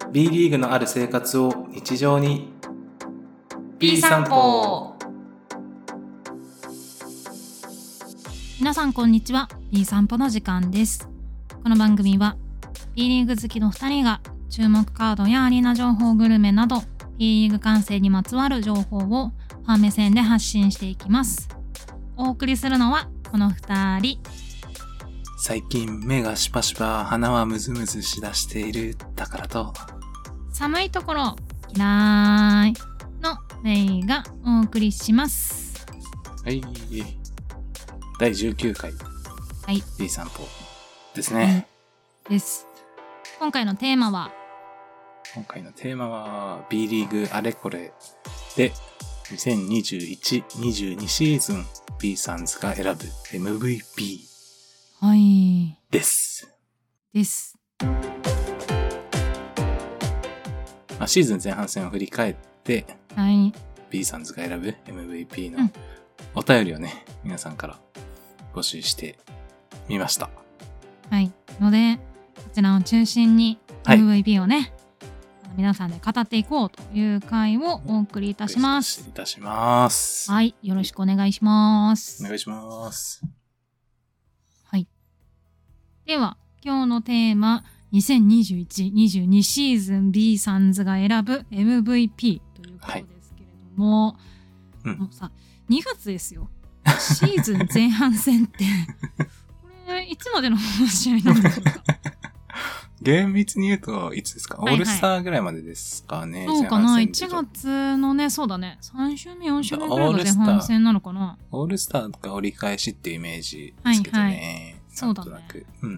B リーグのある生活を日常に B 散歩。皆さんこんにちは。 B 散歩の時間です。この番組は B リーグ好きの2人が注目カードやアリーナ情報、グルメなど B リーグ観戦にまつわる情報をファン目線で発信していきます。お送りするのはこの2人。 最近目がシュパシュパ、鼻はムズムズしだしているだからと、 寒いところ嫌いのメイがお送りします。 はい、第19回、 はい、 B 散歩ですね、 です。今回のテーマは B リーグあれこれで2021-22シーズン B サンズが選ぶ MVP です。シーズン前半戦を振り返って、 はい、 B サンズが選ぶ MVP のお便りをね、皆さんから募集してみました。 はい。ので、こちらを中心に MVP をね、皆さんで語っていこうという回をお送りいたします。はい。よろしくお願いします。 お願いします。 はい。では、今日のテーマ、2021-22シーズン B サンズが選ぶ MVP ということですけれども、もうさ、2月ですよ。シーズン前半戦って、これ、いつまでの試合なんでしょうか？ 厳密に言うと、いつですか？オールスターぐらいまでですかね。 そうかな、1月のね、そうだね、3週目、4週目ぐらいが前半戦なのかな。 オールスターが折り返しっていうイメージですけどね。 そうだね。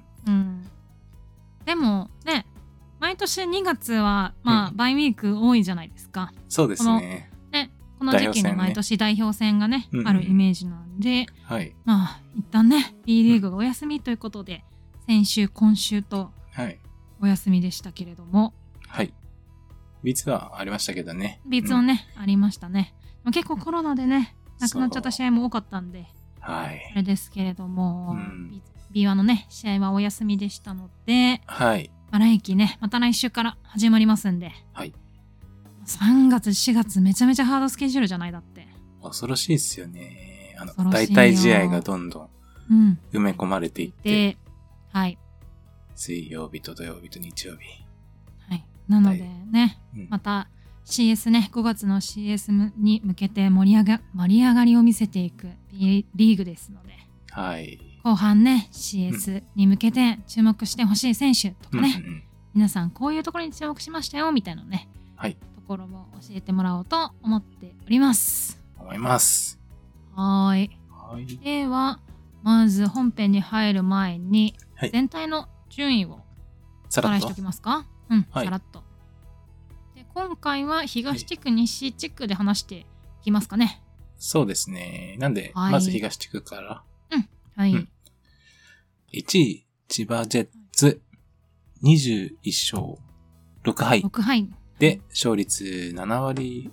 でもね、毎年2月は、バイウィーク多いじゃないですか。 そうですね。 この時期に毎年代表戦がね、あるイメージなんで、一旦ね、B リーグがお休みということで、先週、今週と、お休みでしたけれども。 はい。ビーツはありましたけどね。 ビーツはね、ありましたね。結構コロナでね、亡くなっちゃった試合も多かったんで、あれですけれども、B1 のね、試合はお休みでしたので、来季ね、また来週から始まりますんで、3月、4月めちゃめちゃハードスケジュールじゃないだって。 恐ろしいですよね。代替試合がどんどん埋め込まれていって、水曜日と土曜日と日曜日。 なのでね、また CS ね、5月の CS に向けて盛り上がりを見せていく B リーグですので、後半ね、CS に向けて注目してほしい選手とかね、皆さんこういうところに注目しましたよみたいなね、ところも教えてもらおうと思っております。では、まず本編に入る前に、全体の順位をおさらいしておきますか？さらっと。で、今回は東地区、西地区で話していきますかね。 そうですね。なんで、まず東地区から。1位、千葉ジェッツ、21勝6敗。で、勝率7割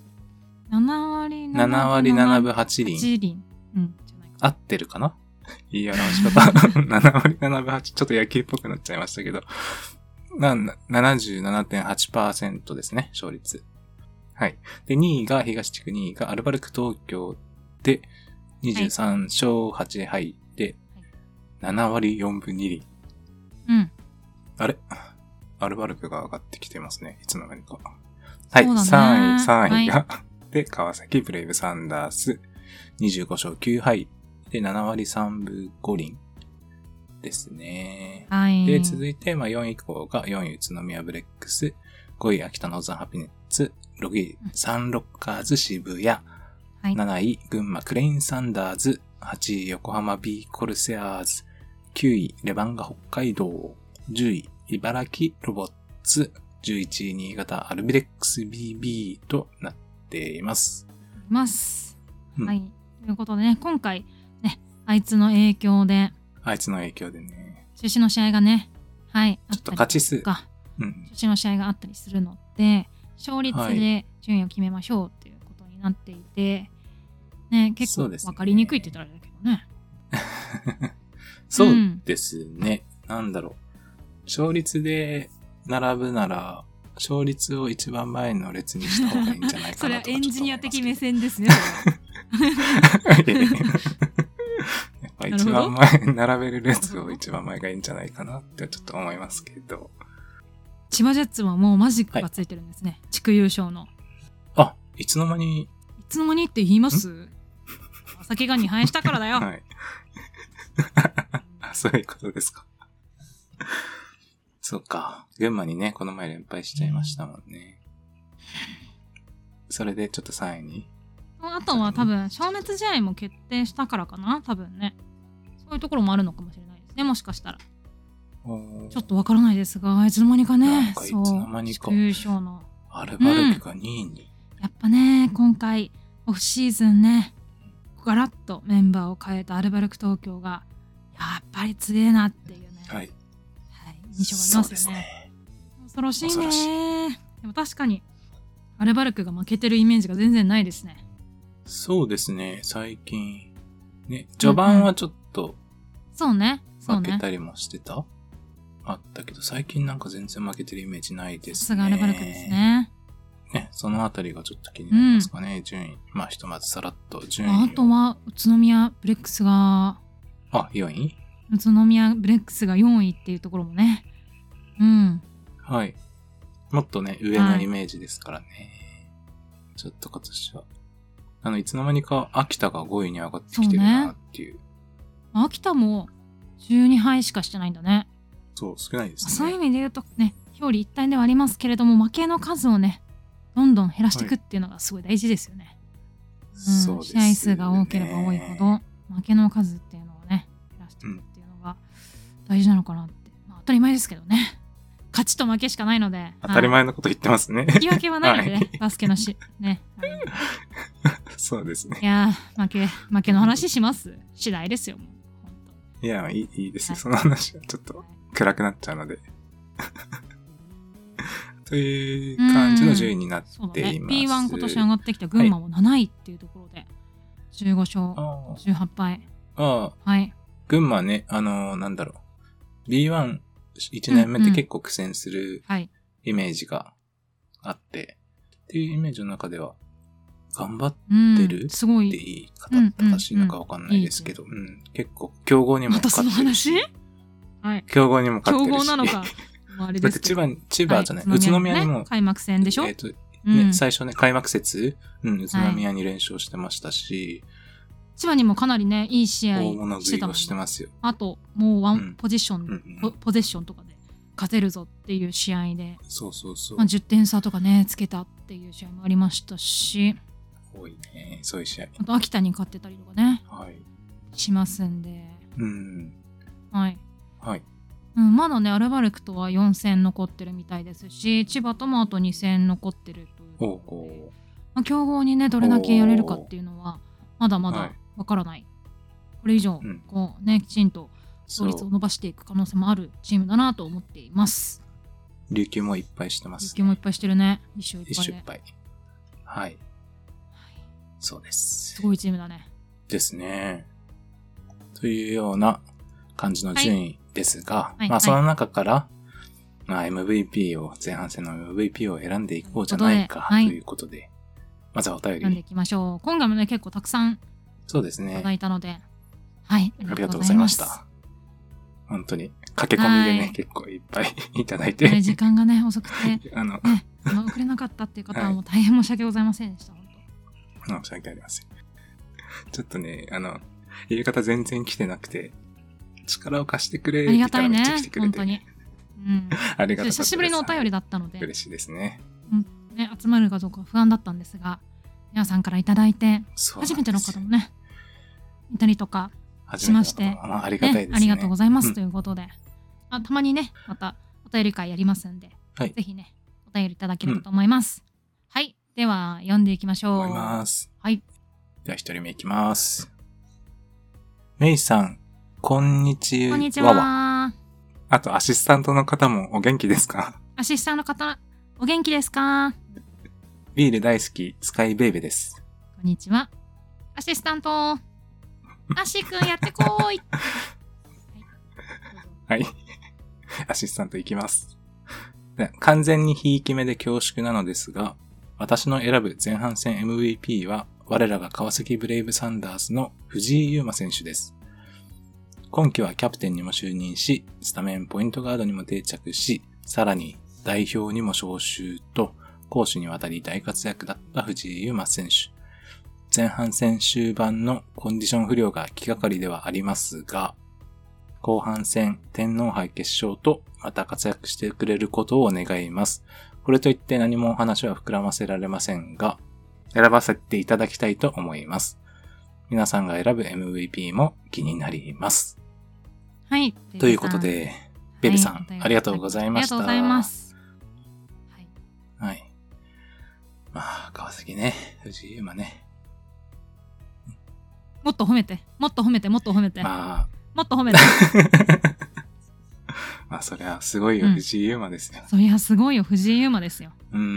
7分8厘。合ってるかな？いい表し方。7割7分8。ちょっと野球っぽくなっちゃいましたけど。77.8% ですね、勝率。で、2位が、東地区2位がアルバルク東京で、23勝8敗で、7割4分2厘。あれ？アルバルクが上がってきてますね。いつの間にか。3位が、で、川崎ブレイブサンダース、25勝9敗で、7割3分5厘ですね。で、続いて、4位以降が4位宇都宮ブレックス、5位秋田ノーザンハピネッツ、6位サンロッカーズ渋谷、7位群馬クレインサンダーズ、8位横浜 B コルセアーズ、9位レバンガ北海道、10位茨城ロボッツ、11位新潟アルビレックス BB となっています。 ということでね、今回ね、あいつの影響でね、中止の試合がね、 ちょっと勝ち数中止の試合があったりするので、勝率で順位を決めましょうっていうことになっていて、ね、結構分かりにくいって言ったらあれだけどね。 そうですね。なんだろう。勝率で並ぶなら、 勝率を一番前の列にした方がいいんじゃないかなとそれはエンジニア的目線ですね。 やっぱ一番前、並べる列を一番前がいいんじゃないかなってちょっと思いますけど。 千葉ジェッツはもうマジックがついてるんですね。地区優勝の。 あ、いつの間に。 いつの間にって言います？酒が2敗したからだよ。 はい。そういうことですか。そうか。群馬にね、この前連敗しちゃいましたもんね。それでちょっと3位に。 あとは多分、消滅試合も決定したからかな多分ね。そういうところもあるのかもしれないですね。もしかしたら。ちょっとわからないですが、いつの間にかね。 いつの間にか。 そう、地区優勝の。 アルバルクが2位に。 やっぱね、今回、オフシーズンね、ガラッとメンバーを変えたアルバルク東京が、やっぱり強えなっていうね。 はい。 印象がありますよね。恐ろしいね。でも確かにアルバルクが負けてるイメージが全然ないですね。 そうですね。最近ね、序盤はちょっとそうね。 負けたりもしてた、あったけど、最近なんか全然負けてるイメージないですね。 さすがアルバルクですね。 ね、そのあたりがちょっと気になりますかね。順位、まあひとまずさらっと順位を。 あとは宇都宮ブレックスが 4位？ 宇都宮ブレックスが4位っていうところもね。うん。 はい。もっとね、上のイメージですからね。ちょっと今年は。いつの間にか秋田が5位に上がってきてるなっていう。 秋田も12敗しかしてないんだね。 そう、少ないですね。 そういう意味で言うとね、表裏一体ではありますけれども、負けの数をね、どんどん減らしていくっていうのがすごい大事ですよね。 そうですね。 試合数が多ければ多いほど、負けの数っていうのをね、減らしていくっていうのが大事なのかなって。まあ、当たり前ですけどね。勝ちと負けしかないので。 当たり前のこと言ってますね。 引き分けはないのでね、バスケのね。 そうですね。 いやー、負けの話します次第ですよ、もう。 いや、いいですよ。その話はちょっと暗くなっちゃうので。という感じの順位になっています。 そうだね。P1 今年上がってきた群馬も7位っていうところで、15勝18敗。 はい。 はい。 群馬ね、なんだろう。B11 年目って結構苦戦するイメージがあって、っていうイメージの中では、頑張ってるっていい方正しいのかわかんないですけど、結構強豪にも勝ってるし。 はい。 強豪にも勝ってるし。 強豪なのか。あれですけど。 千葉じゃない、宇都宮にも。 開幕戦でしょ？ 最初ね、開幕節、宇都宮に連勝してましたし、 千葉にもかなりね、いい試合してたもん。 してますよ。 あと、もうワンポジション、ポゼッションとかで勝てるぞっていう試合で、 そうそうそう。 まあ、10点差とかね、つけたっていう試合もありましたし、 多いね、そういう試合。 あと、秋田に勝ってたりとかね、 はい。 しますんで、はい。 はい。 まだね、アルバルクとは4戦残ってるみたいですし、千葉ともあと2戦残ってるということで、まあ、強豪にね、どれだけやれるかっていうのは、まだまだわからない。これ以上、こうね、きちんと勝率を伸ばしていく可能性もあるチームだなと思っています。 琉球もいっぱいしてます、ね。 琉球もいっぱいしてるね。一勝いっぱい。はい。そうです。 すごいチームだね。 ですね。というような感じの順位ですが、まあその中から、まあ MVP を、前半戦の MVP を選んでいこうじゃないかということで、まずはお便り。 選んでいきましょう。今回もね、結構たくさんそうですね。 いただいたので、はい。 ありがとうございました。本当に、駆け込みでね、結構いっぱいいただいて。 時間がね、遅くて、ね、送れなかったっていう方はもう大変申し訳ございませんでした。本当。申し訳ありません。ちょっとね、言い方全然来てなくて、力を貸してくれありがたいね、本当に。 ありがとうございます。 久しぶりのお便りだったので。 嬉しいですね。 ね、集まるかどうか不安だったんですが、皆さんからいただいて、初めての方もね、いたりとかしまして、 ありがたいですね。 ありがとうございますということで、たまにね、またお便り会やりますんで、ぜひね、お便りいただければと思います。はい。では、読んでいきましょう。 思います。 はい。 では、一人目いきます。メイさん、こんにちは。 こんにちは。 あと、アシスタントの方もお元気ですか？ アシスタントの方、お元気ですか？ ビール大好き、スカイベイベです。 こんにちは。アシスタント、アッシーくんやってこーい。 はい。アシスタントいきます。 完全にひいき目で恐縮なのですが、私の選ぶ前半戦 MVP は、我らが川崎ブレイブサンダースの藤井祐馬選手です。今季はキャプテンにも就任し、スタメンポイントガードにも定着し、さらに代表にも招集と、攻守にわたり大活躍だった藤井祐馬選手。前半戦終盤のコンディション不良が気がかりではありますが、後半戦天皇杯決勝とまた活躍してくれることを願います。これといって何も話は膨らませられませんが、選ばせていただきたいと思います。皆さんが選ぶ MVP も気になります。 はい。 ということで、ベベさん、ありがとうございました。 ありがとうございます。 はい。はい。まあ、川崎ね、藤井祐馬ね。 もっと褒めて、もっと褒めて、もっと褒めて。 まあ、 もっと褒めて。 まあ、そりゃすごいよ、藤井祐馬ですよ。 そりゃすごいよ、藤井祐馬ですよ。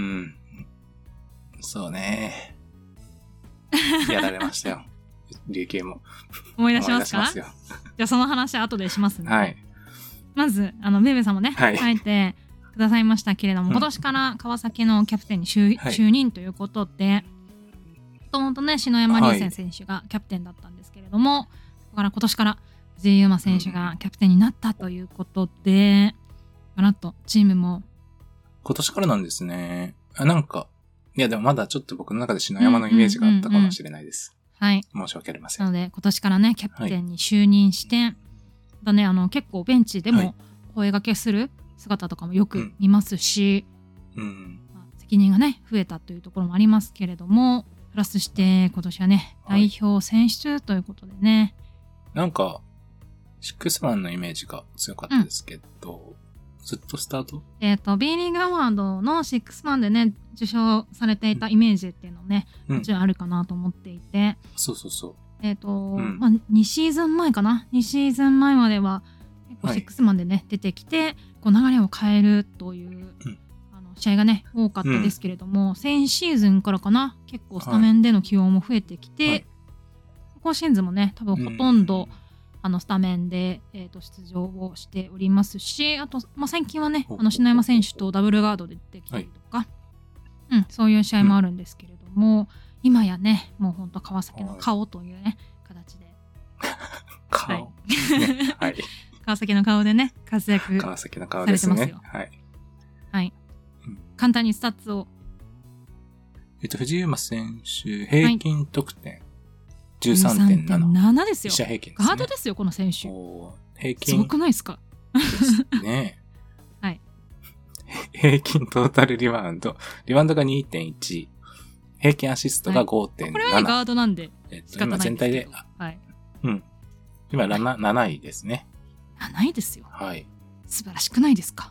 そうね。やられましたよ。琉球も。 思い出しますか？じゃあその話は後でしますね。 はい。 まず、ベベさんもね、書いてくださいましたけれども、今年から川崎のキャプテンに就任ということで、もともとね、篠山竜選手がキャプテンだったんですけれども、今年から藤井祐馬選手がキャプテンになったということで、ガラッとチームも。 今年からなんですね。なんか、いやでもまだちょっと僕の中で篠山のイメージがあったかもしれないです。はい。申し訳ありません。 なので、今年からね、キャプテンに就任して、だね、結構ベンチでも声掛けする姿とかもよく見ますし、責任がね、増えたというところもありますけれども、プラスして今年はね、代表選出ということでね。 なんか、シックスマンのイメージが強かったですけど、ずっとスタート B リーグアワードのシックスマンでね、受賞されていたイメージっていうのもね、もちろんあるかなと思っていて。 そうそうそう。 まあ、2シーズン前かな。2シーズン前までは、結構シックスマンでね、出てきて、こう流れを変えるという、試合がね、多かったですけれども、先シーズンからかな、結構スタメンでの起用も増えてきて、今シーズンもね、多分ほとんど、スタメンで、出場をしておりますし、あと、まあ、最近はね、篠山選手とダブルガードで出てきたりとか、そういう試合もあるんですけれども、今やね、もう本当川崎の顔というね、形で。 顔、はい。 川崎の顔でね、活躍されてますよ。 はい。 はい。簡単にスタッツを。 藤井祐馬選手、平均得点、13.7。 13.7 ですよ。 1社平均ですね。 ガードですよ、この選手。 平均。 すごくないですか？ ねはい。 平均トータルリバウンド。リバウンドが 2.1。平均アシストが 5.7。 これはね、ガードなんで。 今全体で、 はい。 今7位ですね。 7位ですよ。 はい。 素晴らしくないですか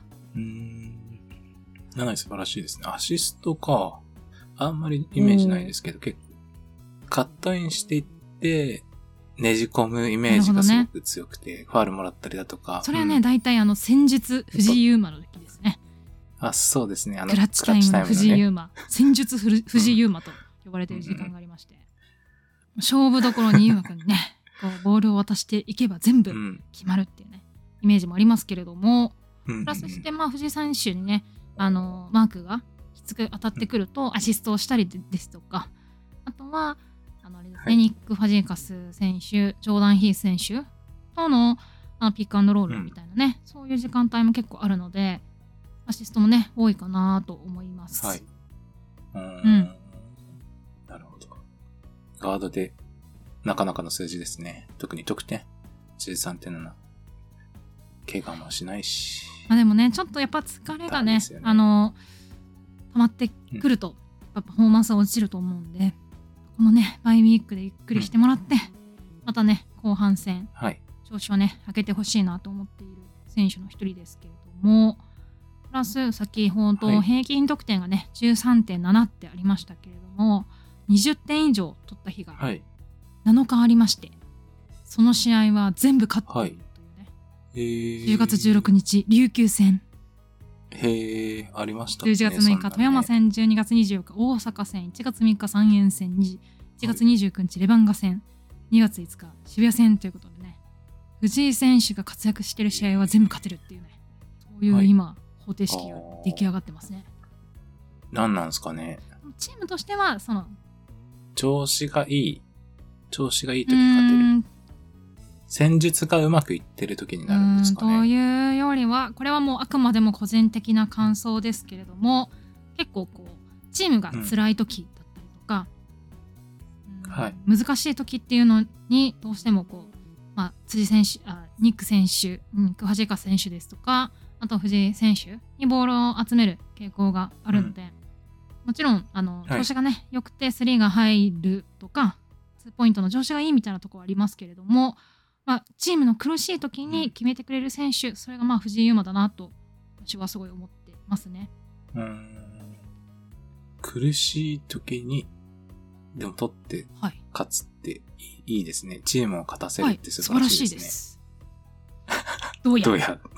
？7位素晴らしいですね。アシストか。あんまりイメージないですけど、結構、カットインしていって、ねじ込むイメージがすごく強くて、ファールもらったりだとか。 それはね、大体戦術藤井祐馬の時ですね。 そうですね。 クラッチタイムの藤井祐馬。戦術藤井祐馬と呼ばれている時間がありまして。勝負どころに祐馬くんにね、こうボールを渡していけば全部決まるっていうね、イメージもありますけれども、プラスして、藤井選手にね、マークがきつく当たってくるとアシストをしたりですとか、あとは、ニック・ファジーカス選手、ジョーダン・ヒース選手とのピックアンドロールみたいなね、そういう時間帯も結構あるので、アシストもね、多いかなと思います。 はい。なるほど。ガードで、なかなかの数字ですね。特に得点、13.7。怪我もしないし。 でもね、ちょっとやっぱ疲れがね、溜まってくると、パフォーマンスは落ちると思うんで、このね、バイウィークでゆっくりしてもらって、またね、後半戦、調子をね、上げてほしいなと思っている選手の一人ですけれども、プラス先ほど平均得点がね、13.7 ってありましたけれども、20点以上取った日が7日ありまして、その試合は全部勝っているというね、10月16日琉球戦、 ありましたね。 11月6日富山戦、12月24日大阪戦、1月3日三遠戦、1月29日レバンガ戦、2月5日渋谷戦ということでね、藤井選手が活躍している試合は全部勝てるっていうね、そういう今、 方程式が出来上がってますね。 何なんですかね。 チームとしては調子がいい時勝てる。戦術がうまくいってる時になるんですかね。 というよりはこれはもうあくまでも個人的な感想ですけれども、結構チームが辛い時だったりとか、難しい時っていうのにどうしても辻選手、ニック選手、ニック・ファジーカス選手ですとか、あと藤井選手にボールを集める傾向があるので、もちろん調子がね良くて3が入るとか2ポイントの調子がいいみたいなところはありますけれども、チームの苦しい時に決めてくれる選手、それが藤井祐眞だなと私はすごい思ってますね。 苦しい時にでも取って勝つっていいですね。チームを勝たせるって素晴らしいですね。 どうや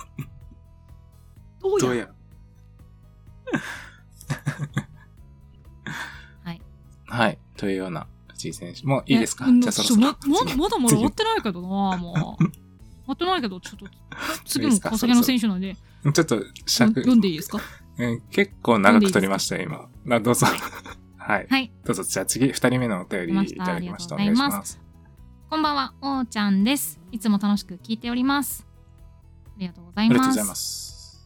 はい。というような藤井選手もいいですか？じゃあそろそろまだ終わってないけどな、もう。終わってないけど、ちょっと次も川崎の選手なんで。 ちょっと読んでいいですか？ 結構長く取りましたよ、今。どうぞ。はい。どうぞ、じゃあ次、2人目のお便りいただきました。お願いします。 こんばんは、おーちゃんです。いつも楽しく聞いております。ありがとうございます。 ありがとうございます。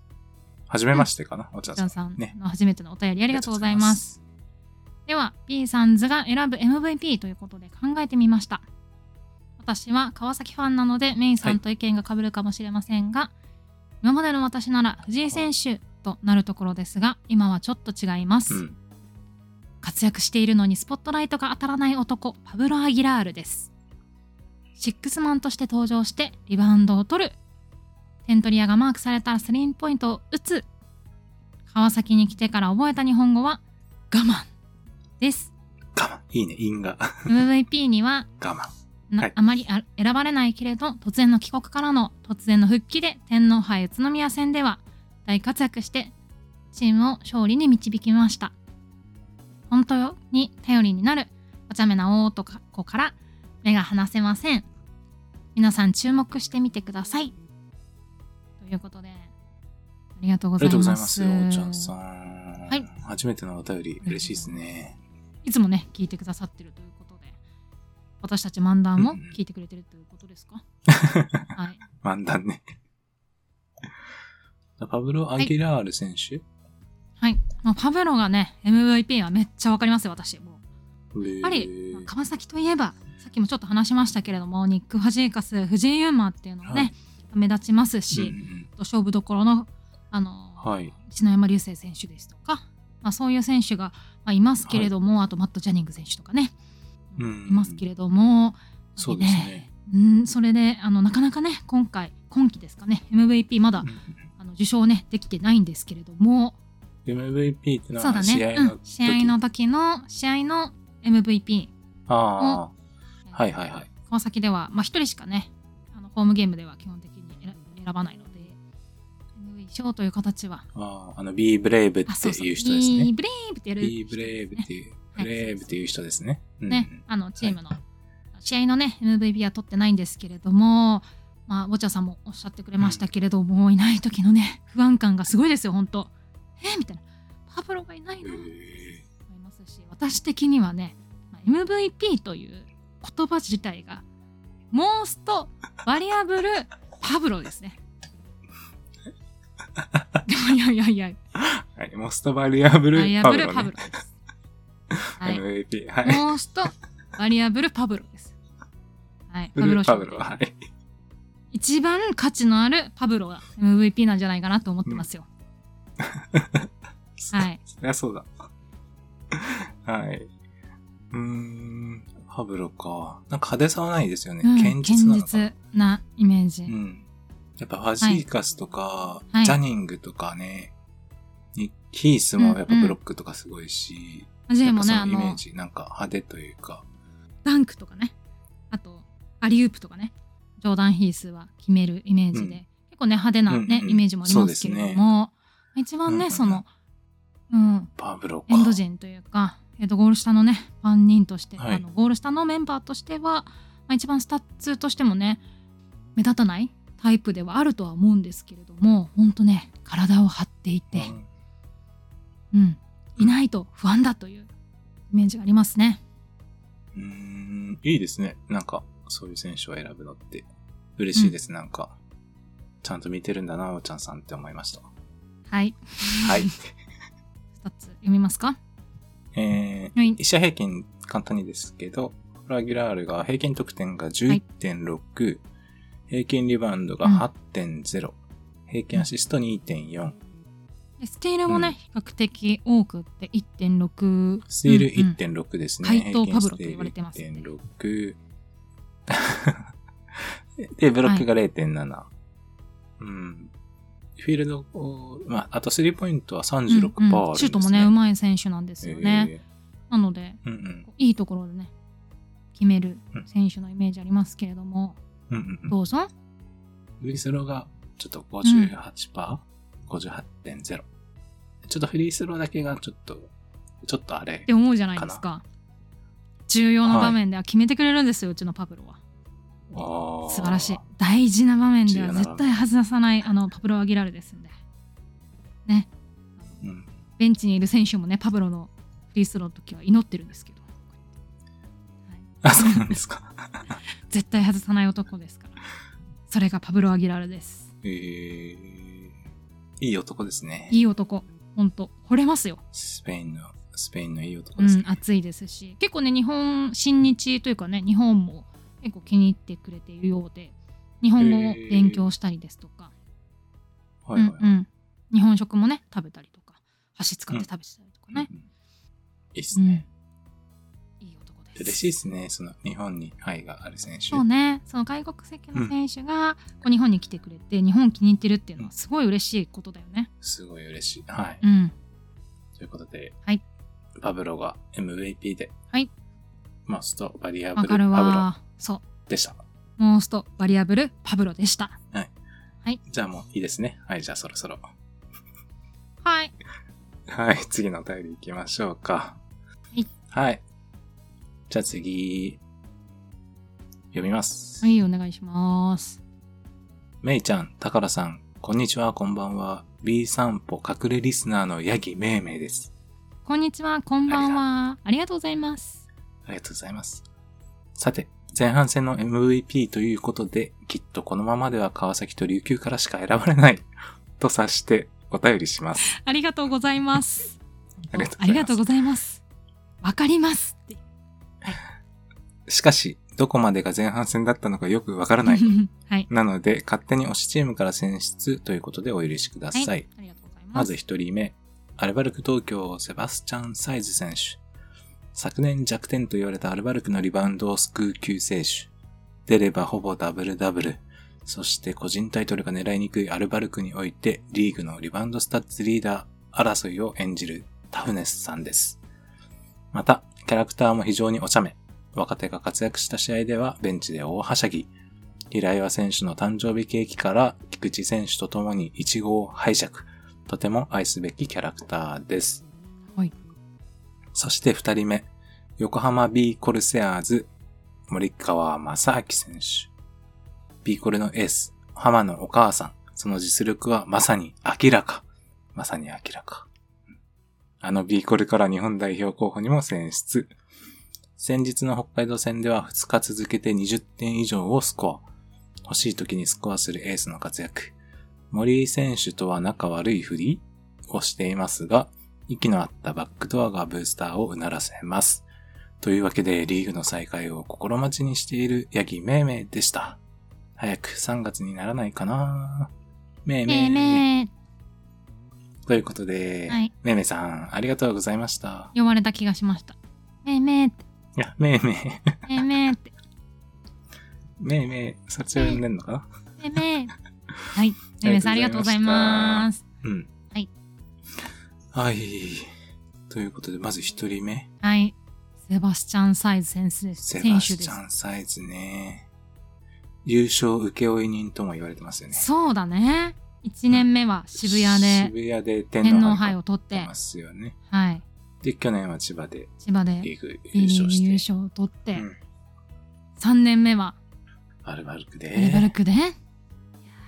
はじめましてかな、おーちゃんさん。 ね。初めてのお便りありがとうございます。では、P さんズが選ぶ MVP ということで考えてみました。私は川崎ファンなのでメインさんと意見が被るかもしれませんが、今までの私なら藤井選手となるところですが、今はちょっと違います。活躍しているのにスポットライトが当たらない男、パブロ・アギラールです。シックスマンとして登場してリバウンドを取る。テントリアがマークされたらスリーポイントを打つ。川崎に来てから覚えた日本語は我慢です。 我慢。いいね、因が。 MVP には我慢。 あまり選ばれないけれど、突然の帰国からの突然の復帰で天皇杯宇都宮戦では大活躍してチームを勝利に導きました。本当に頼りになるお茶目な男から目が離せません。皆さん注目してみてください。ということで、ありがとうございます。 ありがとうございます、おーちゃんさん。はい。初めてのお便り嬉しいですね。 いつもね、聞いてくださってるということで、私たち漫談も聞いてくれてるということですか？はい。 漫談ね。パブロ・アギラール選手？ はい。パブロがね、MVP はめっちゃわかりますよ、私。もうやっぱり、川崎といえば、さっきもちょっと話しましたけれども、ニック・ファジーカス、藤井祐眞っていうのがね、目立ちますし、勝負どころの、篠山竜星選手ですとか、そういう選手がいますけれども、あとマット・ジャニング選手とかね、いますけれども、 そうですね。 それでなかなかね今季ですかね MVP まだ受賞ねできてないんですけれども、 MVP ってのはそうだね、試合の時の試合の MVP を川崎では1人しかねホームゲームでは基本的に選ばないので MVP 賞という形は Be Brave っていう人ですね。 Be Brave ってやる Be Brave っていうブレーブっていう人ですね。 ね、チームの試合のね MVP は取ってないんですけれども、ウォチャさんもおっしゃってくれましたけれども、いない時のね不安感がすごいですよ、本当。みたいな、パブロがいないの思いますし、私的にはね MVP という言葉自体がモーストバリアブルパブロですね。いや、 はい、モーストバリアブルパブロ、ね、 パブロです。 はい、MVP、はい、 モーストバリアブルパブロです。はい、 パブロはい。 一番価値のあるパブロが MVP なんじゃないかなと思ってますよ。はい。 そりゃそうだ。はい。パブロか。なんか派手さはないですよね。堅実なのかな。 堅実なイメージ。 やっぱファジーカスとか、ジャニングとかね、ヒースもやっぱブロックとかすごいし、 やっぱそのイメージ、なんか派手というか。 ダンクとかね、あとアリウープとかね、ジョーダン・ヒースは決めるイメージで、結構ね派手なね、イメージもありますけれども、一番ね、 パブロかエンド陣というか、ゴール下のね、番人として、ゴール下のメンバーとしては、一番スタッツとしてもね、目立たないタイプではあるとは思うんですけれども、ほんとね、体を張ってていて、いないと不安だというイメージがありますね。 いいですね。なんかそういう選手を選ぶのって嬉しいです。なんかちゃんと見てるんだな、おちゃんさんって思いました。 はい。 はい。 2つ読みますか？ 1試合平均簡単にですけど、アギュラールが平均得点が 11.6、平均リバウンドが 8.0、平均アシスト 2.4。 スティールもね、比較的多くって 1.6。 スティール 1.6 ですね。 怪盗パブロと言われてます、ね。 1.6。で、ブロックが 0.7。フィールド、あとスリーポイントは 36% あるんですね。 シュートもね、上手い選手なんですよね。なので、いいところでね、決める選手のイメージありますけれども、どうぞ。 フリースローがちょっと 58%、58.0。ちょっとフリースローだけがちょっとあれって思うじゃないですか。重要な場面では決めてくれるんですよ、うちのパブロは。素晴らしい。大事な場面では絶対外さないパブロ・アギラルですんでね、ベンチにいる選手もね、パブロのフリースローの時は祈ってるんですけど、 そうなんですか。 絶対外さない男ですから。それがパブロ・アギラルです。 いい男ですね。 いい男、ほんと惚れますよ。 スペインのいい男ですね。 熱いですし、結構ね、親日というかね、日本も結構気に入ってくれているようで、日本語を勉強したりですとか、日本食もね食べたりとか、箸使って食べてたりとかね、 いいっすね。 いい男です。 嬉しいですね、その日本に愛がある選手。 そうね、その外国籍の選手がこう日本に来てくれて、日本気に入ってるっていうのはすごい嬉しいことだよね。 すごい嬉しい。はい。ということで、パブロが MVP で、モーストバリアブルパブロでした。 モーストバリアブルパブロでした。 じゃあもういいですね。はい、じゃあそろそろ。 はい、 次のお便り行きましょうか。はい。じゃあ次、読みます。 はい、お願いします。 めいちゃん、たからさん、こんにちは、こんばんは。B 散歩隠れリスナーのヤギめいめいです。 こんにちは、こんばんは。ありがとうございます。 ありがとうございます。さて、前半戦の MVP ということで、きっとこのままでは川崎と琉球からしか選ばれないと察してお便りします。 ありがとうございます。 ありがとうございます。 わかりますって。 しかし、どこまでが前半戦だったのかよくわからない。なので、勝手に推しチームから選出ということでお許しください。 ありがとうございます。 まず一人目、アルバルク東京セバスチャン・サイズ選手。昨年弱点と言われたアルバルクのリバウンドを救う救世主。出ればほぼダブルダブル。そして個人タイトルが狙いにくいアルバルクにおいてリーグのリバウンドスタッツリーダー争いを演じるタフネスさんです。また、キャラクターも非常にお茶目。若手が活躍した試合ではベンチで大はしゃぎ。平岩選手の誕生日ケーキから菊池選手と共にイチゴを拝借。とても愛すべきキャラクターです。そして二人目、横浜 B コルセアーズ、森川正明選手。B コルのエース、浜のお母さん。その実力はまさに明らか。B コルから日本代表候補にも選出。先日の北海道戦では2日続けて20点以上をスコア。欲しい時にスコアするエースの活躍。森井選手とは仲悪いふりをしていますが、息の合ったバックドアがブースターをうならせます。というわけでリーグの再開を心待ちにしているヤギめいめいでした。早く3月にならないかな。めいめい。ということで、めいめいさんありがとうございました。 読まれた気がしました。めいめいって。 いや、めいめい。 めいめいって。 めいめい、そっちを読んでんのかな。 めいめい。はい。めいめいさんありがとうございます。 はい。ということで、まず一人目。 セバスチャン・サイズ選手です。 セバスチャン・サイズね。優勝請負人とも言われてますよね。 そうだね。1年目は渋谷で天皇杯を取ってますよね。で、去年は千葉でリーグ優勝を取って、3年目はアルバルクで。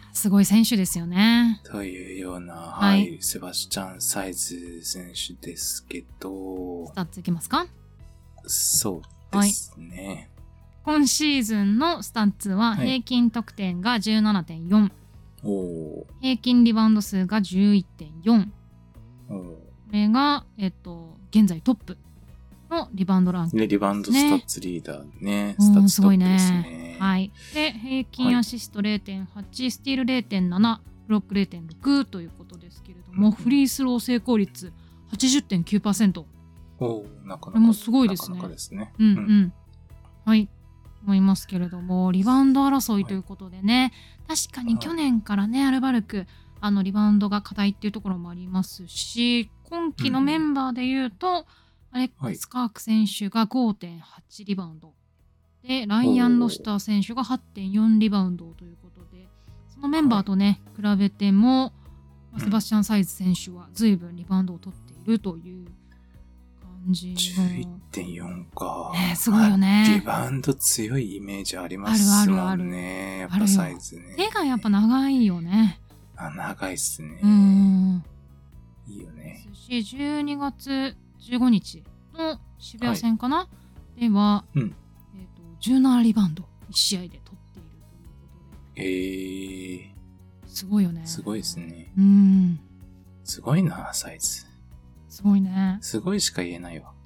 すごい選手ですよね。 というような、はい、セバスチャン・サイズ選手ですけど。 スタッツいきますか？ そうですね。 はい、今シーズンのスタッツは平均得点が 17.4、平均リバウンド数が 11.4。これが、現在トップのリバウンドランク、 ね。リバウンドスタッツリーダーね。 スタッツすごいね。 はい。で、平均アシスト 0.8、スティール 0.7、ブロック 0.6 ということですけれども、フリースロー成功率 80.9%。 なかなか。 これもすごいですね。 なかなかですね。 はい。思いますけれども、リバウンド争いということでね、確かに去年からね、アルバルク、リバウンドが課題っていうところもありますし、今季のメンバーでいうと、アレックス・カーク選手が 5.8 リバウンド。で、ライアン・ロスター選手が 8.4 リバウンドということで、そのメンバーとね、比べても、セバスチャン・サイズ選手は随分リバウンドを取っているという感じの。 11.4 か。 すごいよね。 リバウンド強いイメージありますもんね。やっぱサイズね。 手がやっぱ長いよね。 長いっすね。いいよね。 12月15日の渋谷戦かな、では、17リバウンド1試合で取っているということで。すごいよね。 すごいですね。すごいな、サイズ。 すごいね。 すごいしか言えないわ。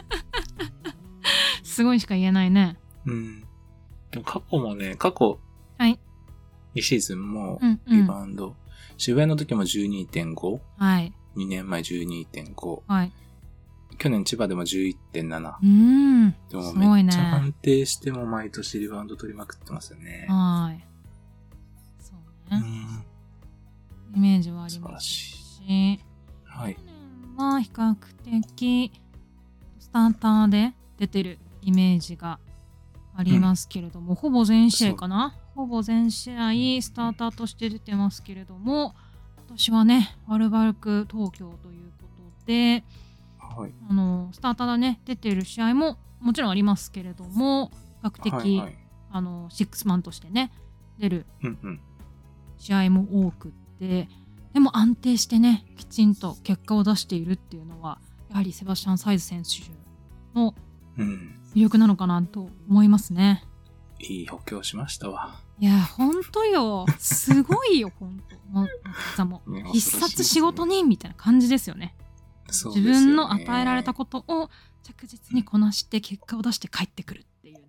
すごいしか言えないね。 でも過去、2シーズンもリバウンド、渋谷の時も 12.5、2年前 12.5、去年千葉でも 11.7。でもめっちゃ安定しても毎年リバウンド取りまくってますよね。 そうね。イメージはありますし、去年は比較的スターターで出てるイメージがありますけれども、ほぼ全試合かな、ほぼ全試合スターターとして出てますけれども、今年はね、アルバルク東京ということで、スターターでね、出てる試合ももちろんありますけれども、比較的、シックスマンとしてね、出る試合も多くって、でも安定してね、きちんと結果を出しているっていうのは、やはりセバスチャン・サイズ選手の魅力なのかなと思いますね。 いい補強しましたわ。 いや、ほんとよ。すごいよ、ほんと。もう必殺仕事人みたいな感じですよね。自分の与えられたことを着実にこなして結果を出して帰ってくるっていう